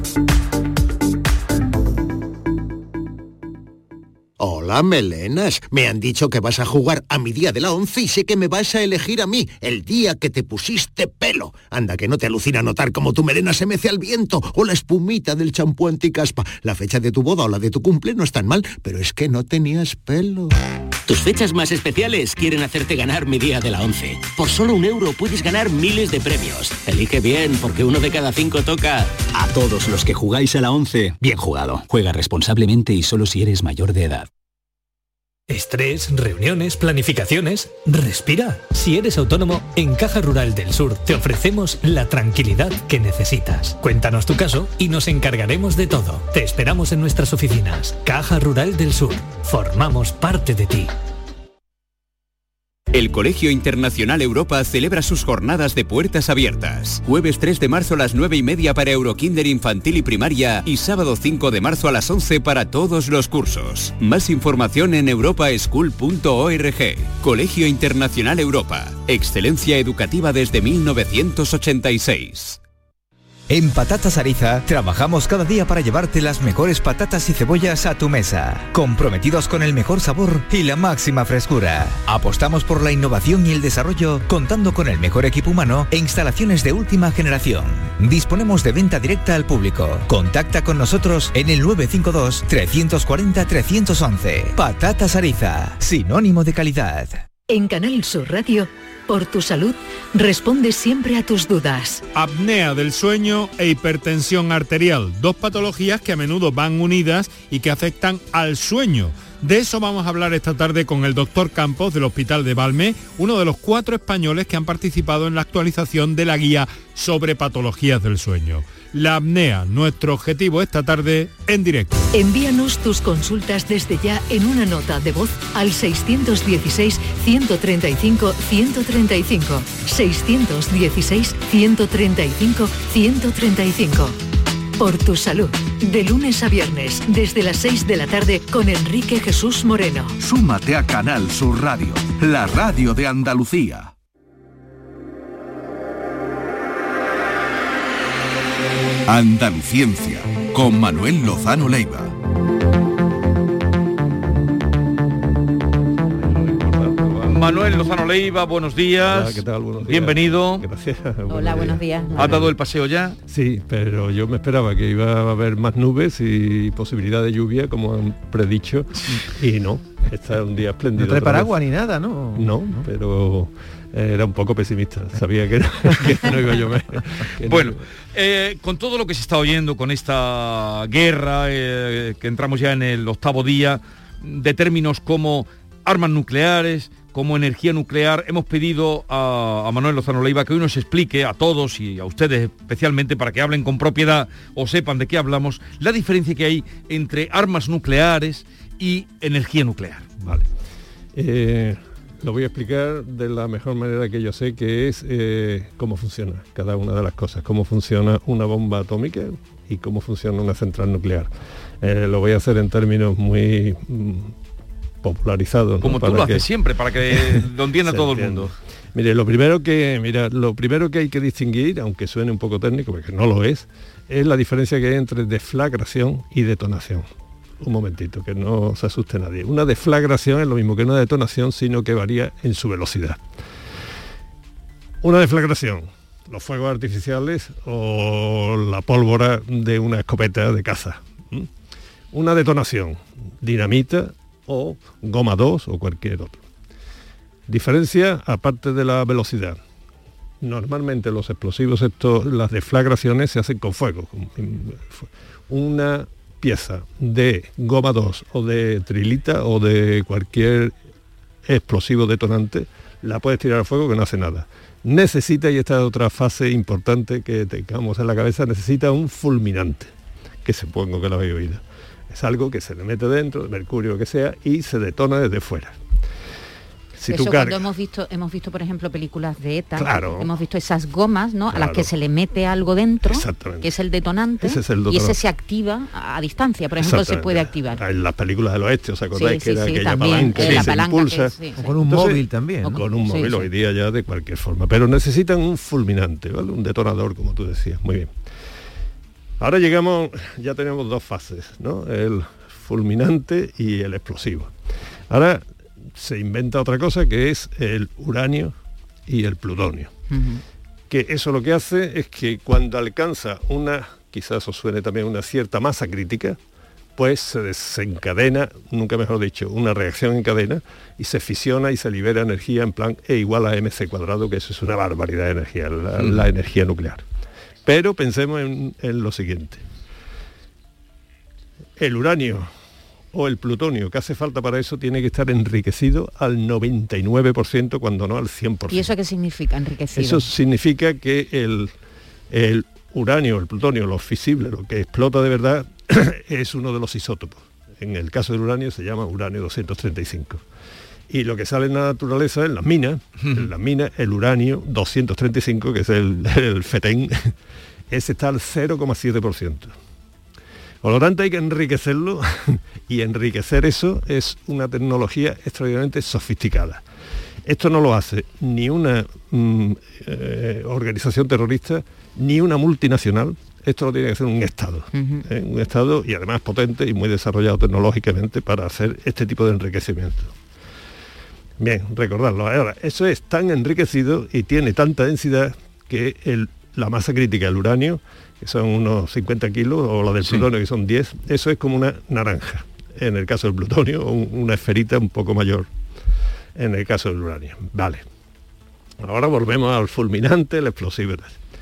Hola, melenas. Me han dicho que vas a jugar a mi día de la 11 y sé que me vas a elegir a mí, el día que te pusiste pelo. Anda, que no te alucina notar cómo tu melena se mece al viento o la espumita del champú anticaspa. La fecha de tu boda o la de tu cumple no es tan mal, pero es que no tenías pelo. Tus fechas más especiales quieren hacerte ganar mi día de la 11. Por solo €1 puedes ganar miles de premios. Elige bien, porque 1 de cada 5 toca. A todos los que jugáis a la 11, bien jugado. Juega responsablemente y solo si eres mayor de edad. Estrés, reuniones, planificaciones. Respira. Si eres autónomo, en Caja Rural del Sur te ofrecemos la tranquilidad que necesitas. Cuéntanos tu caso y nos encargaremos de todo. Te esperamos en nuestras oficinas. Caja Rural del Sur. Formamos parte de ti. El Colegio Internacional Europa celebra sus jornadas de puertas abiertas. Jueves 3 de marzo a las 9:30 para Eurokinder infantil y primaria y sábado 5 de marzo a las 11 para todos los cursos. Más información en europaschool.org. Colegio Internacional Europa. Excelencia educativa desde 1986. En Patatas Ariza trabajamos cada día para llevarte las mejores patatas y cebollas a tu mesa, comprometidos con el mejor sabor y la máxima frescura. Apostamos por la innovación y el desarrollo, contando con el mejor equipo humano e instalaciones de última generación. Disponemos de venta directa al público. Contacta con nosotros en el 952 340 311. Patatas Ariza, sinónimo de calidad. En Canal Sur Radio, por tu salud, responde siempre a tus dudas. Apnea del sueño e hipertensión arterial, 2 patologías que a menudo van unidas y que afectan al sueño. De eso vamos a hablar esta tarde con el doctor Campos del Hospital de Valme, uno de los 4 españoles que han participado en la actualización de la guía sobre patologías del sueño. La apnea, nuestro objetivo esta tarde en directo. Envíanos tus consultas desde ya en una nota de voz al 616-135-135. 616-135-135. Por tu salud, de lunes a viernes, desde las 6 de la tarde con Enrique Jesús Moreno. Súmate a Canal Sur Radio, la radio de Andalucía. Andaluciencia, con Manuel Lozano Leiva. Manuel Lozano Leiva, buenos días. Hola, ¿qué tal? Buenos días. Bienvenido. Gracias. Hola, buenos días. ¿Has dado el paseo ya? Sí, pero yo me esperaba que iba a haber más nubes y posibilidad de lluvia, como han predicho, y no. Está un día espléndido. No trae paraguas ni nada, ¿no? No, pero era un poco pesimista. Sabía que no iba a llover. Bueno, con todo lo que se está oyendo, con esta guerra, que entramos ya en el 8º día, de términos como armas nucleares, como energía nuclear, hemos pedido a Manuel Lozano Leiva que hoy nos explique a todos y a ustedes especialmente, para que hablen con propiedad o sepan de qué hablamos, la diferencia que hay entre armas nucleares y energía nuclear. Vale. Lo voy a explicar de la mejor manera que yo sé, que es cómo funciona cada una de las cosas, cómo funciona una bomba atómica y cómo funciona una central nuclear. Lo voy a hacer en términos muy popularizados, ¿no? Como tú lo haces siempre, para que lo entienda todo el mundo. Mire, lo primero que hay que distinguir, aunque suene un poco técnico, porque no lo es la diferencia que hay entre deflagración y detonación. Un momentito, que no se asuste nadie. Una deflagración es lo mismo que una detonación, sino que varía en su velocidad. Una deflagración, los fuegos artificiales o la pólvora de una escopeta de caza. Una detonación, dinamita o goma 2 o cualquier otro. Diferencia aparte de la velocidad. Normalmente los explosivos, las deflagraciones se hacen con fuego. Una pieza de goma 2 o de trilita o de cualquier explosivo detonante, la puedes tirar al fuego que no hace nada. Necesita, y esta es otra fase importante que tengamos en la cabeza, necesita un fulminante, que supongo que lo habéis oído. Es algo que se le mete dentro, de mercurio o que sea, y se detona desde fuera. Si eso tú cuando cargas... hemos visto, por ejemplo, películas de ETA, Claro. hemos visto esas gomas, ¿no? A las Claro. que se le mete algo dentro, Exactamente. que es el detonante, Ese es el y ese detonante. se activa a distancia, por ejemplo, se puede activar. En las películas del oeste, ¿os acordáis? Sí, que era sí, aquella también, palanca que la se palanca impulsa? que- sí, O con un móvil también, ¿no? Con un Sí, móvil sí. hoy día ya de cualquier forma. Pero necesitan un fulminante, ¿vale? Un detonador, como tú decías. Muy bien. Ahora llegamos, ya tenemos dos fases, ¿no? El fulminante y el explosivo. Ahora se inventa otra cosa que es el uranio y el plutonio. Que eso lo que hace es que cuando alcanza una, quizás os suene también, una cierta masa crítica, pues se desencadena, nunca mejor dicho, una reacción en cadena y se fisiona y se libera energía en plan E igual a mc², que eso es una barbaridad de energía, la energía nuclear. Pero pensemos en lo siguiente. El uranio o el plutonio que hace falta para eso tiene que estar enriquecido al 99%, cuando no al 100%. ¿Y eso qué significa, enriquecido? Eso significa que el uranio, el plutonio, lo fisible, lo que explota de verdad, es uno de los isótopos. En el caso del uranio se llama uranio 235. Y lo que sale en la naturaleza, en las minas, el uranio 235, que es el fetén, ese está al 0,7%. Por lo tanto hay que enriquecerlo, y enriquecer eso es una tecnología extraordinariamente sofisticada. Esto no lo hace ni una organización terrorista, ni una multinacional. Esto lo tiene que hacer un Estado. Un Estado, y además potente y muy desarrollado tecnológicamente para hacer este tipo de enriquecimiento. Bien, recordarlo. Ahora, eso es tan enriquecido y tiene tanta densidad que la masa crítica del uranio, que son unos 50 kilos, o la del plutonio, que son 10, eso es como una naranja. En el caso del plutonio, una esferita un poco mayor en el caso del uranio. Vale. Ahora volvemos al fulminante, el explosivo.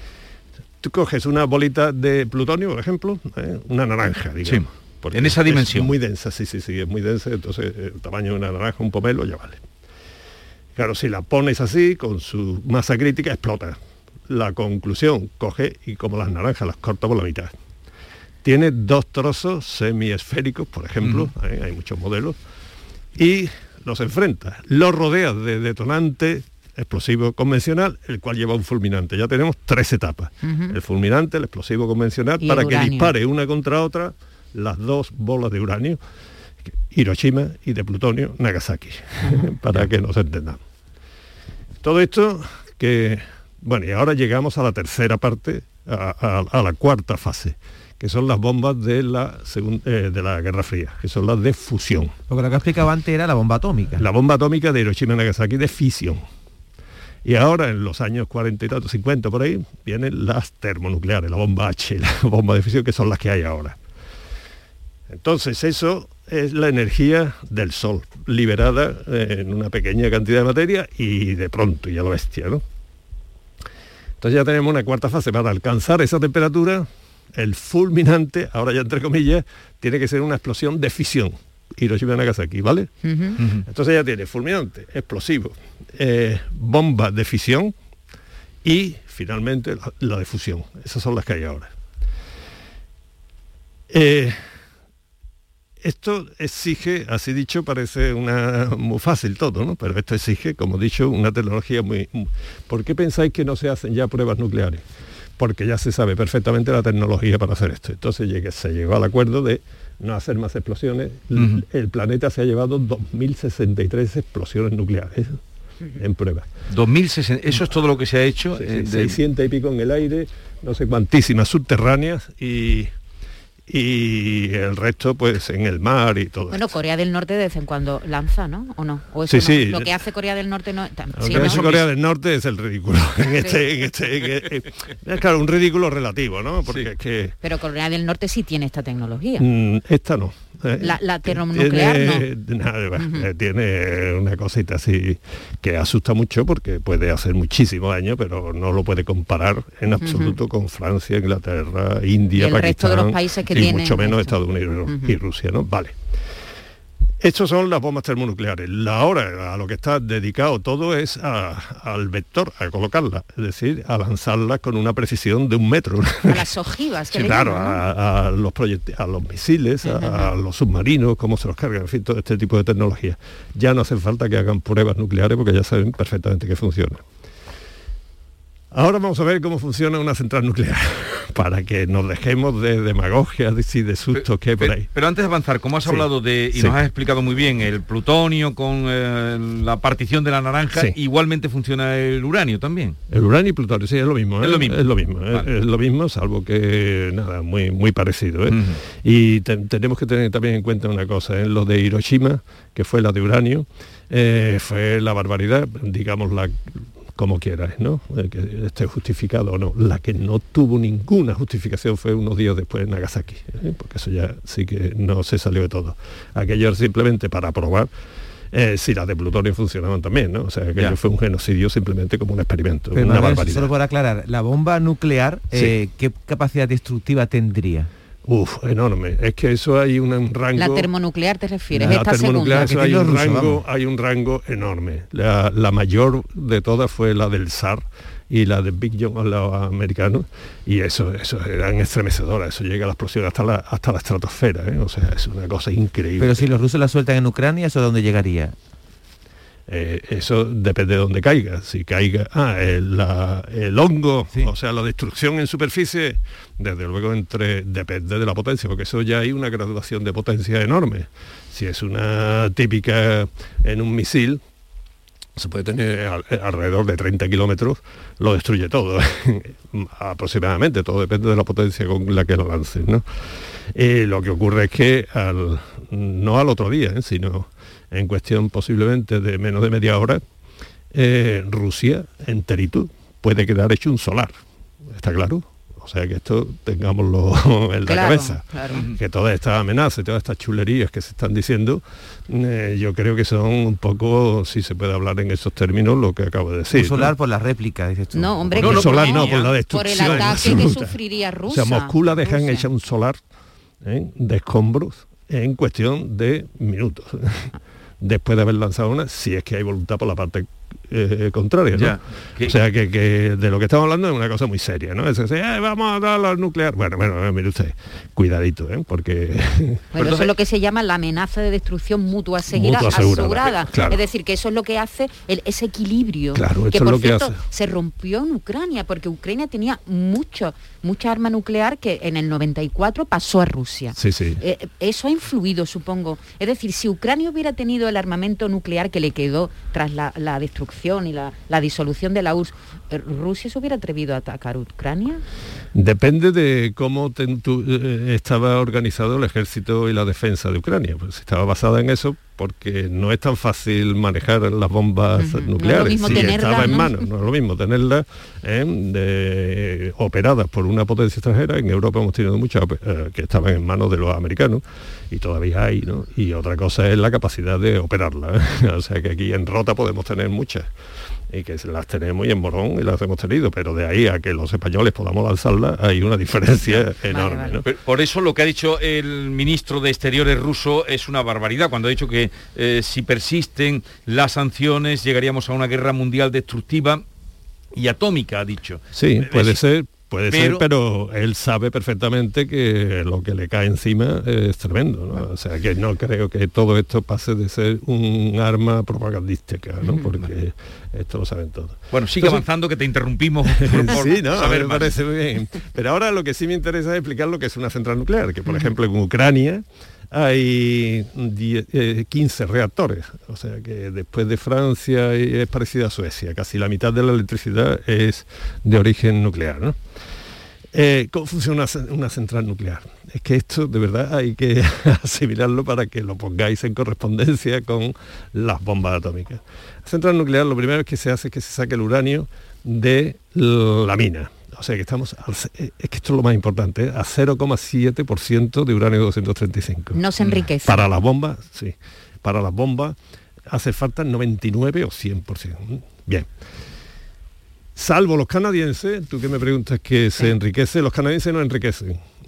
Tú coges una bolita de plutonio, por ejemplo, una naranja, digamos. En esa dimensión. Es muy densa, sí, es muy densa, entonces el tamaño de una naranja, un pomelo, ya vale. Claro, si la pones así, con su masa crítica, explota. La conclusión, coge y como las naranjas las corta por la mitad. Tiene dos trozos semiesféricos, por ejemplo, hay muchos modelos, y los enfrenta. Los rodea de detonante explosivo convencional, el cual lleva un fulminante. Ya tenemos 3 etapas. El fulminante, el explosivo convencional, y para que uranio. dispare una contra otra las 2 bolas de uranio, Hiroshima, y de plutonio, Nagasaki, para que nos entendamos. Todo esto que... Bueno, y ahora llegamos a la tercera parte, a la cuarta fase, que son las bombas de la Guerra Fría, que son las de fusión. Porque lo que explicaba antes era la bomba atómica. La bomba atómica de Hiroshima y Nagasaki de fisión. Y ahora, en los años 40 y tanto, 50 por ahí, vienen las termonucleares, la bomba H, la bomba de fisión, que son las que hay ahora. Entonces, eso es la energía del Sol, liberada en una pequeña cantidad de materia y de pronto, y a lo bestia, ¿no? Entonces ya tenemos una cuarta fase. Para alcanzar esa temperatura, el fulminante, ahora ya entre comillas, tiene que ser una explosión de fisión. Hiroshima y Nagasaki, ¿vale? Entonces ya tiene fulminante, explosivo, bomba de fisión y finalmente la de fusión. Esas son las que hay ahora. Esto exige, así dicho, parece muy fácil todo, ¿no? Pero esto exige, como he dicho, una tecnología muy... ¿Por qué pensáis que no se hacen ya pruebas nucleares? Porque ya se sabe perfectamente la tecnología para hacer esto. Entonces se llegó al acuerdo de no hacer más explosiones. El planeta se ha llevado 2.063 explosiones nucleares en pruebas. 2060, eso es todo lo que se ha hecho. 600 y pico en el aire, no sé cuantísimas subterráneas y el resto pues en el mar y todo. Bueno, Corea del Norte de vez en cuando lanza, ¿no? ¿O no? ¿O sí, eso no? sí. Lo que hace Corea del Norte no... Lo que hace Corea del Norte es el ridículo. Es claro, un ridículo relativo, ¿no? Porque es que... Pero Corea del Norte sí tiene esta tecnología. Esta no. La termonuclear no. Tiene una cosita así que asusta mucho porque puede hacer muchísimo daño, pero no lo puede comparar en absoluto con Francia, Inglaterra, India, y el Pakistán, resto de los países que y tienen mucho menos esto. Estados Unidos y Rusia, ¿no? Vale. Estas son las bombas termonucleares. Ahora a lo que está dedicado todo es al vector, a colocarlas, es decir, a lanzarlas con una precisión de 1 metro. A las ojivas, que sí, le claro, llaman, ¿no? a los a los misiles, a los submarinos, cómo se los cargan, en fin, todo este tipo de tecnología. Ya no hace falta que hagan pruebas nucleares porque ya saben perfectamente que funciona. Ahora vamos a ver cómo funciona una central nuclear, para que nos dejemos de demagogia y de sustos que hay por ahí. Pero antes de avanzar, como has hablado de, y nos has explicado muy bien, el plutonio con la partición de la naranja, igualmente funciona el uranio también. El uranio y plutonio, sí, es lo mismo. Es lo mismo. Es lo mismo, vale. Es lo mismo, salvo que, nada, muy parecido. Y tenemos que tener también en cuenta una cosa, lo de Hiroshima, que fue la de uranio, fue la barbaridad, digamos, como quieras, ¿no? Que esté justificado o no. La que no tuvo ninguna justificación fue unos días después en Nagasaki, porque eso ya sí que no se salió de todo. Aquello era simplemente para probar si las de plutonio funcionaban también, ¿no? O sea, aquello fue un genocidio simplemente como un experimento, pero una barbaridad. Solo para aclarar, la bomba nuclear, ¿qué capacidad destructiva tendría? Enorme. Es que eso hay un rango... La termonuclear te refieres, esta termonuclear, eso hay un rango enorme. La mayor de todas fue la del SAR y la de Big John, los americanos, y eso eran estremecedoras, eso llega a la explosión hasta la estratosfera, o sea, es una cosa increíble. Pero si los rusos la sueltan en Ucrania, ¿eso a dónde llegaría? Eso depende de dónde caiga. Si caiga el hongo, o sea, la destrucción en superficie, desde luego depende de la potencia, porque eso ya hay una graduación de potencia enorme. Si es una típica en un misil, se puede tener alrededor de 30 kilómetros, lo destruye todo, aproximadamente, todo depende de la potencia con la que lo lancen, ¿no? Lo que ocurre es que no al otro día, sino en cuestión posiblemente de menos de media hora, Rusia enterito puede quedar hecho un solar, ¿está claro? O sea, que esto tengámoslo en la cabeza. Claro. Que todas estas amenazas, todas estas chulerías que se están diciendo, yo creo que son un poco, si se puede hablar en esos términos, lo que acabo de decir. Un solar por la réplica, dices tú. No, hombre, no, solar no, por la destrucción. Por el ataque que sufriría Rusia. O sea, Moscú la dejan hecha un solar de escombros en cuestión de minutos. Después de haber lanzado una, si es que hay voluntad por la parte contraria, ¿no? O sea, que de lo que estamos hablando es una cosa muy seria, ¿no? Es decir, vamos a dar al nuclear. Bueno, mire usted, cuidadito, porque... Bueno, eso es lo que se llama la amenaza de destrucción mutua asegurada. Claro. Es decir, que eso es lo que hace ese equilibrio. Claro, que por por cierto, se rompió en Ucrania, porque Ucrania tenía mucha arma nuclear que en el 94 pasó a Rusia. Sí. Eso ha influido, supongo. Es decir, si Ucrania hubiera tenido el armamento nuclear que le quedó tras la destrucción y la disolución de la URSS, ¿Rusia se hubiera atrevido a atacar Ucrania? Depende de cómo estaba organizado el ejército y la defensa de Ucrania. Pues estaba basada en eso, porque no es tan fácil manejar las bombas nucleares. No es lo mismo estaba en manos, no es lo mismo tenerlas operadas por una potencia extranjera. En Europa hemos tenido muchas que estaban en manos de los americanos, y todavía hay, ¿no? Y otra cosa es la capacidad de operarlas. O sea, que aquí en Rota podemos tener muchas, y que las tenemos, y en Morón y las hemos tenido, pero de ahí a que los españoles podamos lanzarlas hay una diferencia enorme. Vale. ¿No? Pero por eso lo que ha dicho el ministro de Exteriores ruso es una barbaridad, cuando ha dicho que si persisten las sanciones llegaríamos a una guerra mundial destructiva y atómica, ha dicho. Sí, puede ser, pero él sabe perfectamente que lo que le cae encima es tremendo, ¿no? O sea, que no creo que todo esto pase de ser un arma propagandística, ¿no? Porque esto lo saben todos. Bueno, sigue avanzando, que te interrumpimos. Sí, no, me parece muy bien. Pero ahora lo que sí me interesa es explicar lo que es una central nuclear, que por ejemplo en Ucrania hay 15 reactores, o sea que después de Francia es parecida a Suecia, casi la mitad de la electricidad es de origen nuclear, ¿no? ¿Cómo funciona una central nuclear? Es que esto de verdad hay que asimilarlo para que lo pongáis en correspondencia con las bombas atómicas. La central nuclear, lo primero que se hace es que se saque el uranio de la mina. O sea que estamos, es que esto es lo más importante, a 0,7% de uranio 235. No se enriquece. Para las bombas, sí. Para las bombas hace falta 99 o 100%. Bien. Salvo los canadienses, tú que me preguntas que se enriquece, los canadienses no enriquecen,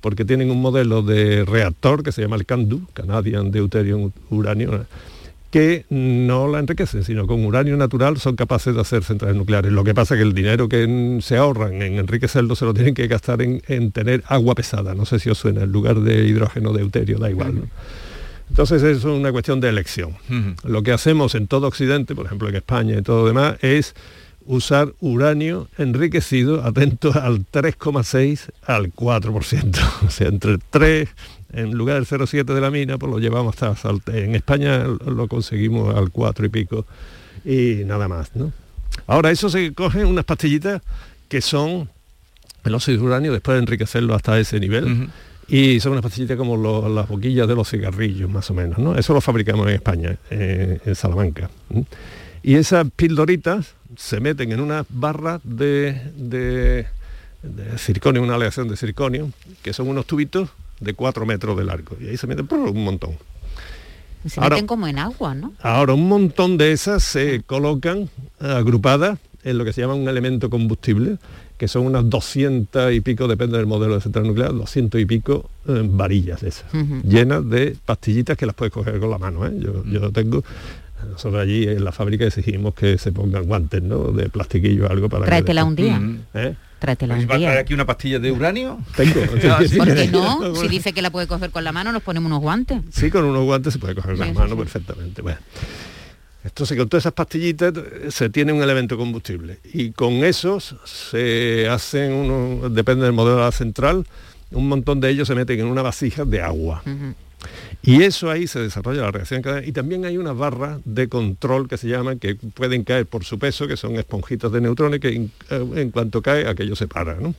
porque tienen un modelo de reactor que se llama el CANDU, Canadian Deuterium Uranio, que no la enriquecen, sino con uranio natural son capaces de hacer centrales nucleares. Lo que pasa es que el dinero que se ahorran en enriquecerlo se lo tienen que gastar en tener agua pesada, no sé si os suena, en lugar de hidrógeno deuterio, da igual, ¿no? Entonces eso es una cuestión de elección. Lo que hacemos en todo Occidente, por ejemplo en España y todo lo demás, es usar uranio enriquecido, atento, al 3,6 al 4%. O sea, entre el 3, en lugar del 0,7 de la mina, pues lo llevamos hasta... En España lo conseguimos al 4 y pico y nada más, ¿no? Ahora, eso se cogen unas pastillitas que son el óxido de uranio, después de enriquecerlo hasta ese nivel, y son unas pastillitas como las boquillas de los cigarrillos, más o menos, ¿no? Eso lo fabricamos en España, en Salamanca. Y esas pildoritas se meten en unas barras de circonio, una aleación de circonio, que son unos tubitos de 4 metros de largo, y ahí se meten un montón. Se meten como en agua, ¿no? Ahora, un montón de esas se colocan agrupadas en lo que se llama un elemento combustible, que son unas 200 y pico, depende del modelo de central nuclear, 200 y pico varillas de esas, llenas de pastillitas que las puedes coger con la mano, ¿eh? Yo tengo... Nosotros allí en la fábrica exigimos que se pongan guantes, ¿no? De plastiquillo o algo para... Tráetela un día. ¿Eh? Tráetela un ¿Va a traer día. aquí una pastilla de uranio? Tengo. ¿Por qué no? Si dice que la puede coger con la mano, nos ponemos unos guantes. Sí, con unos guantes se puede coger con la mano perfectamente. Bueno. Entonces, con todas esas pastillitas se tiene un elemento combustible. Y con esos se hacen, depende del modelo de la central, un montón de ellos se meten en una vasija de agua. Y eso ahí se desarrolla la reacción cadena. Y también hay unas barras de control que se llaman, que pueden caer por su peso, que son esponjitas de neutrones, que en cuanto cae, aquello se para, ¿no?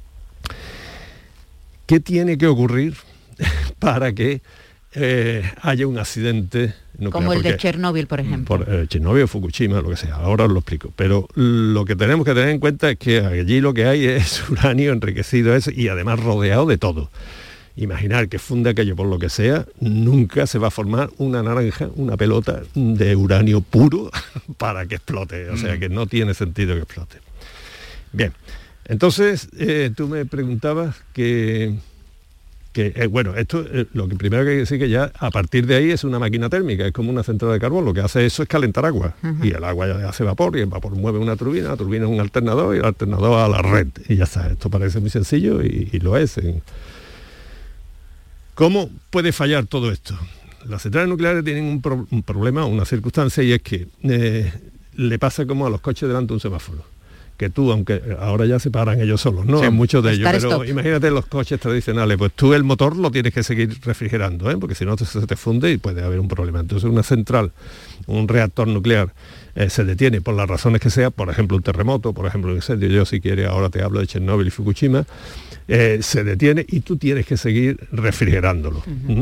¿Qué tiene que ocurrir para que haya un accidente nuclear? Como el de Chernóbil, por ejemplo. Por Chernóbil o Fukushima, lo que sea. Ahora os lo explico. Pero lo que tenemos que tener en cuenta es que allí lo que hay es uranio enriquecido y además rodeado de todo. Imaginar que funde aquello por lo que sea, nunca se va a formar una naranja, una pelota de uranio puro para que explote. O sea que no tiene sentido que explote. Bien, entonces tú me preguntabas bueno, esto lo que primero que hay que decir que ya a partir de ahí es una máquina térmica, es como una central de carbón. Lo que hace eso es calentar agua, y el agua ya hace vapor, y el vapor mueve una turbina, la turbina es un alternador, y el alternador a la red, y ya está. Esto parece muy sencillo y lo es. ¿Cómo puede fallar todo esto? Las centrales nucleares tienen un problema, una circunstancia, y es que le pasa como a los coches delante de un semáforo, que tú, aunque ahora ya se paran ellos solos, ¿no? Sí, muchos de ellos, pero imagínate los coches tradicionales, pues tú el motor lo tienes que seguir refrigerando, porque si no se te funde y puede haber un problema. Entonces una central, un reactor nuclear, se detiene por las razones que sea, por ejemplo un terremoto, por ejemplo un incendio, yo si quieres ahora te hablo de Chernóbil y Fukushima, se detiene y tú tienes que seguir refrigerándolo.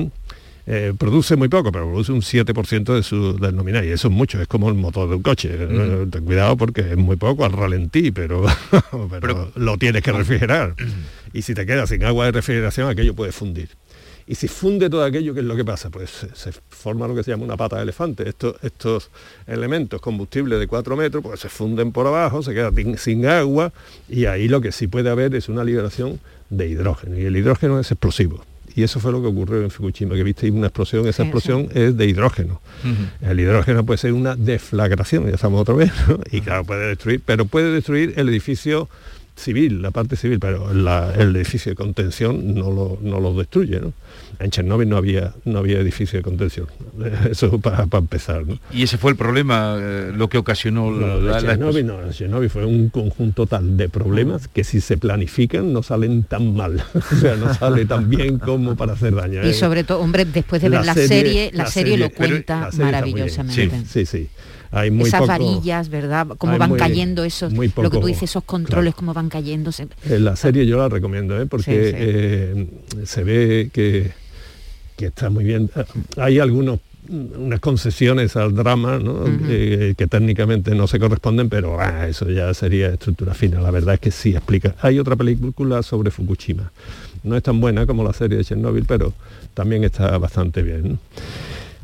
Produce muy poco, pero produce un 7% del nominal, y eso es mucho, es como el motor de un coche. Ten cuidado porque es muy poco al ralentí, pero lo tienes que refrigerar. Y si te quedas sin agua de refrigeración, aquello puede fundir. Y si funde todo aquello, ¿qué es lo que pasa? Pues se forma lo que se llama una pata de elefante. Estos elementos combustibles de 4 metros, pues se funden por abajo, se queda sin agua, y ahí lo que sí puede haber es una liberación de hidrógeno. Y el hidrógeno es explosivo. Y eso fue lo que ocurrió en Fukushima, que visteis una explosión, esa explosión es de hidrógeno. El hidrógeno puede ser una deflagración, ya estamos otra vez, ¿no? Y claro, puede destruir, pero puede destruir el edificio civil, la parte civil, pero el edificio de contención no lo destruye, ¿no? En Chernóbil no había edificio de contención, eso para empezar, ¿no? Y ese fue el problema, lo que ocasionó Chernóbil fue un conjunto tal de problemas que si se planifican no salen tan mal, o sea, no sale tan bien como para hacer daño. Y sobre todo, hombre, después de ver la serie lo cuenta maravillosamente. Sí. Hay muy esas poco, varillas, ¿verdad? Cómo van cayendo esos, lo que tú dices, esos controles, cómo van cayéndose. La serie yo la recomiendo, porque se ve que está muy bien. Hay unas concesiones al drama, ¿no? Que técnicamente no se corresponden, pero eso ya sería estructura fina. La verdad es que sí explica. Hay otra película sobre Fukushima. No es tan buena como la serie de Chernóbil, pero también está bastante bien, ¿no?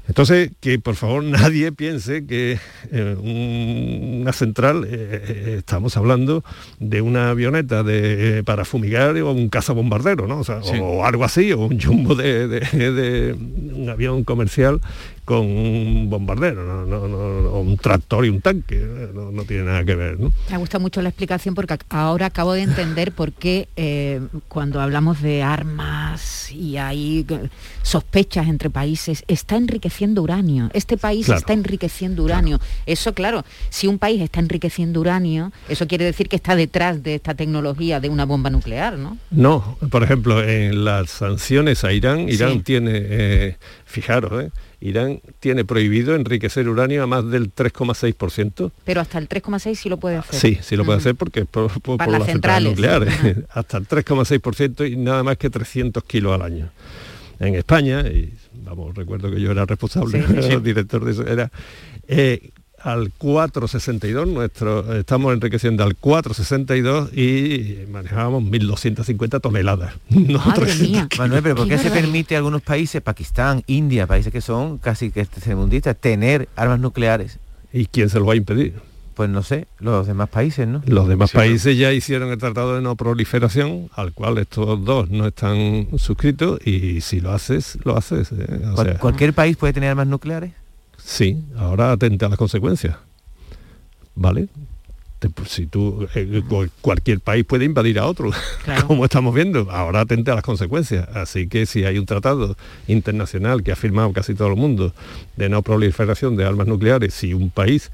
Entonces, que por favor nadie piense que una central, estamos hablando de una avioneta para fumigar o un cazabombardero, ¿no? O sea, sí. O algo así, o un jumbo de un avión comercial con un bombardero, o un tractor y un tanque, no tiene nada que ver, ¿no? Me gusta mucho la explicación porque ahora acabo de entender por qué cuando hablamos de armas y hay sospechas entre países, está enriqueciendo uranio. Este país está enriqueciendo uranio. Eso, claro, si un país está enriqueciendo uranio, eso quiere decir que está detrás de esta tecnología de una bomba nuclear, ¿no? No, por ejemplo, en las sanciones a Irán tiene, fijaros, Irán tiene prohibido enriquecer uranio a más del 3,6%. Pero hasta el 3,6 sí lo puede hacer. Sí lo puede hacer porque es por las centrales nucleares. Hasta el 3,6% y nada más que 300 kilos al año. En España, y recuerdo que yo era responsable, director de eso, era al 4,62, estamos enriqueciendo al 4,62 y manejábamos 1.250 toneladas. Madre mía. Manuel, pero ¿por qué se permite a algunos países, Pakistán, India, países que son casi que tercermundistas, tener armas nucleares? ¿Y quién se lo va a impedir? Pues no sé, los demás países, ¿no? Los demás países ya hicieron el Tratado de No Proliferación, al cual estos dos no están suscritos, y si lo haces, lo haces. ¿Cualquier país puede tener armas nucleares? Sí, ahora atente a las consecuencias, ¿vale? Si tú, cualquier país puede invadir a otro, como estamos viendo, ahora atente a las consecuencias. Así que si hay un tratado internacional que ha firmado casi todo el mundo de no proliferación de armas nucleares, si un país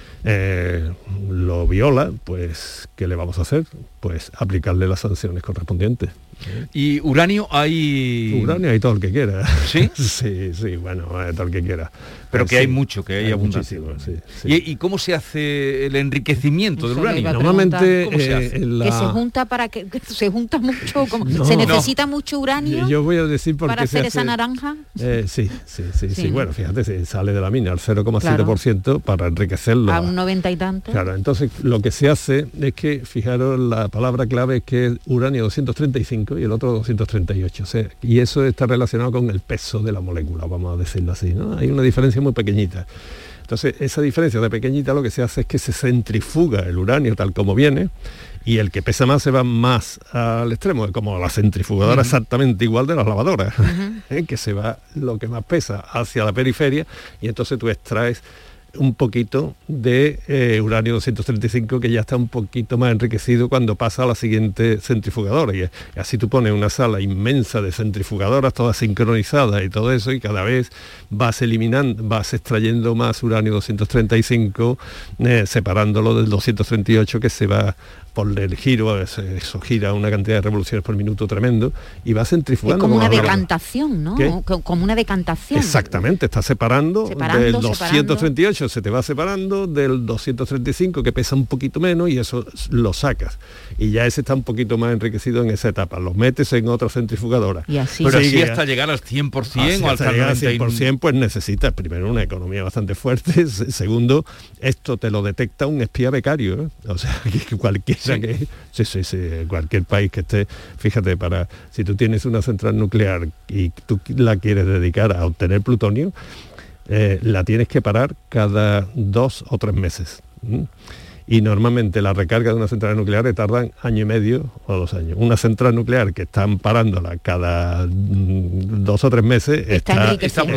lo viola, pues ¿qué le vamos a hacer? Pues aplicarle las sanciones correspondientes. ¿Y uranio hay...? Uranio hay todo el que quiera. ¿Sí? sí, bueno, todo el que quiera. Pero que hay mucho, que hay abundancia. ¿Y cómo se hace el enriquecimiento del uranio? Normalmente que se junta se junta mucho, se necesita mucho uranio. Yo voy a decir por para hacer esa naranja. Sí. Bueno, fíjate, se sale de la mina al 0,7% para enriquecerlo a un 90 y tanto. Claro, entonces lo que se hace es que, fijaros, la palabra clave es que es uranio 235 y el otro 238, y eso está relacionado con el peso de la molécula, vamos a decirlo así, ¿no? Hay una diferencia muy pequeñita. Entonces, esa diferencia de pequeñita lo que se hace es que se centrifuga el uranio tal como viene, y el que pesa más se va más al extremo, como la centrifugadora exactamente igual de las lavadoras, que se va lo que más pesa hacia la periferia, y entonces tú extraes un poquito de uranio 235 que ya está un poquito más enriquecido cuando pasa a la siguiente centrifugadora, y así tú pones una sala inmensa de centrifugadoras todas sincronizadas y todo eso, y cada vez vas extrayendo más uranio 235, separándolo del 238 que se va por el giro, eso gira una cantidad de revoluciones por minuto tremendo, y va centrifugando. Es como una decantación, ¿no? Como una decantación. Exactamente, está separando del 238, se te va separando del 235 que pesa un poquito menos, y eso lo sacas. Y ya ese está un poquito más enriquecido en esa etapa, lo metes en otra centrifugadora. Y así. Pero así hasta llegar al 100% o hasta llegar al 100%, pues necesitas primero una economía bastante fuerte, segundo, esto te lo detecta un espía becario, ¿eh? O sea, que cualquiera cualquier país que esté, fíjate, si tú tienes una central nuclear y tú la quieres dedicar a obtener plutonio, la tienes que parar cada 2 o 3 meses. Y normalmente la recarga de una central nuclear tardan año y medio o 2 años. Una central nuclear que están parándola cada 2 o 3 meses está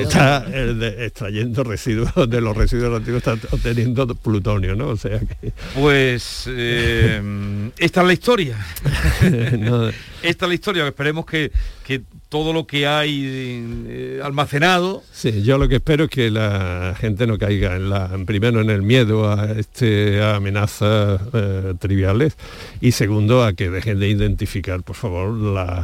extrayendo residuos, de los residuos antiguos está obteniendo plutonio, ¿no? O sea que... Pues esta es la historia. Esta es la historia, esperemos que todo lo que hay almacenado... Sí, yo lo que espero es que la gente no caiga primero en el miedo a amenazas triviales, y segundo a que dejen de identificar, por favor,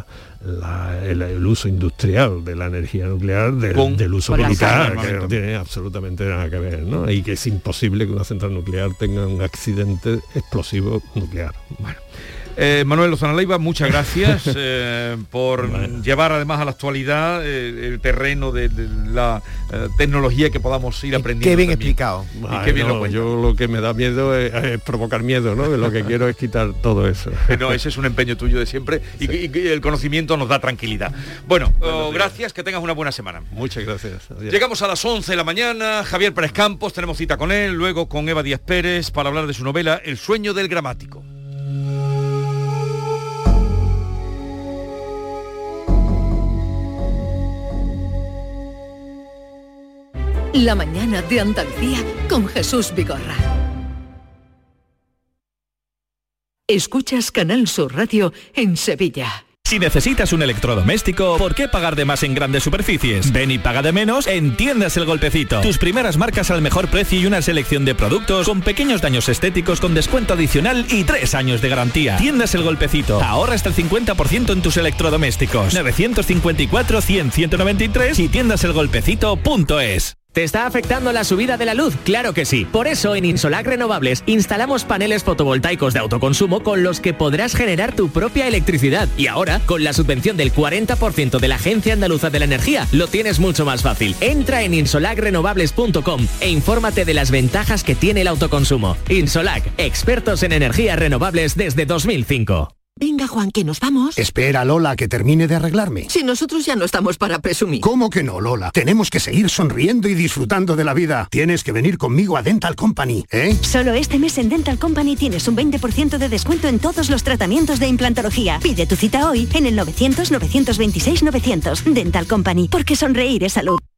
el uso industrial de la energía nuclear del uso militar, que no tiene absolutamente nada que ver, ¿no? Y que es imposible que una central nuclear tenga un accidente explosivo nuclear. Bueno, Manuel Lozano Leiva, muchas gracias por llevar además a la actualidad el terreno de la tecnología que podamos ir aprendiendo. Qué bien también. explicado. Ay, no, yo lo que me da miedo es provocar miedo, ¿no? Lo que quiero es quitar todo eso. No, ese es un empeño tuyo de siempre y el conocimiento nos da tranquilidad. Bueno, gracias, que tengas una buena semana. Muchas gracias. Adiós. Llegamos a las 11 de la mañana, Javier Pérez Campos, tenemos cita con él, luego con Eva Díaz Pérez para hablar de su novela El sueño del gramático. La mañana de Andalucía con Jesús Vigorra. Escuchas Canal Sur Radio en Sevilla. Si necesitas un electrodoméstico, ¿por qué pagar de más en grandes superficies? Ven y paga de menos en Tiendas El Golpecito. Tus primeras marcas al mejor precio y una selección de productos con pequeños daños estéticos con descuento adicional y 3 años de garantía. Tiendas El Golpecito. Ahorra hasta el 50% en tus electrodomésticos. 954 100 193 y tiendaselgolpecito.es. ¿Te está afectando la subida de la luz? Claro que sí. Por eso en Insolac Renovables instalamos paneles fotovoltaicos de autoconsumo con los que podrás generar tu propia electricidad. Y ahora, con la subvención del 40% de la Agencia Andaluza de la Energía, lo tienes mucho más fácil. Entra en insolacrenovables.com e infórmate de las ventajas que tiene el autoconsumo. Insolac, expertos en energías renovables desde 2005. Venga, Juan, que nos vamos. Espera, Lola, que termine de arreglarme. Si nosotros ya no estamos para presumir. ¿Cómo que no, Lola? Tenemos que seguir sonriendo y disfrutando de la vida. Tienes que venir conmigo a Dental Company, ¿eh? Solo este mes en Dental Company tienes un 20% de descuento en todos los tratamientos de implantología. Pide tu cita hoy en el 900 926 900. Dental Company, porque sonreír es salud.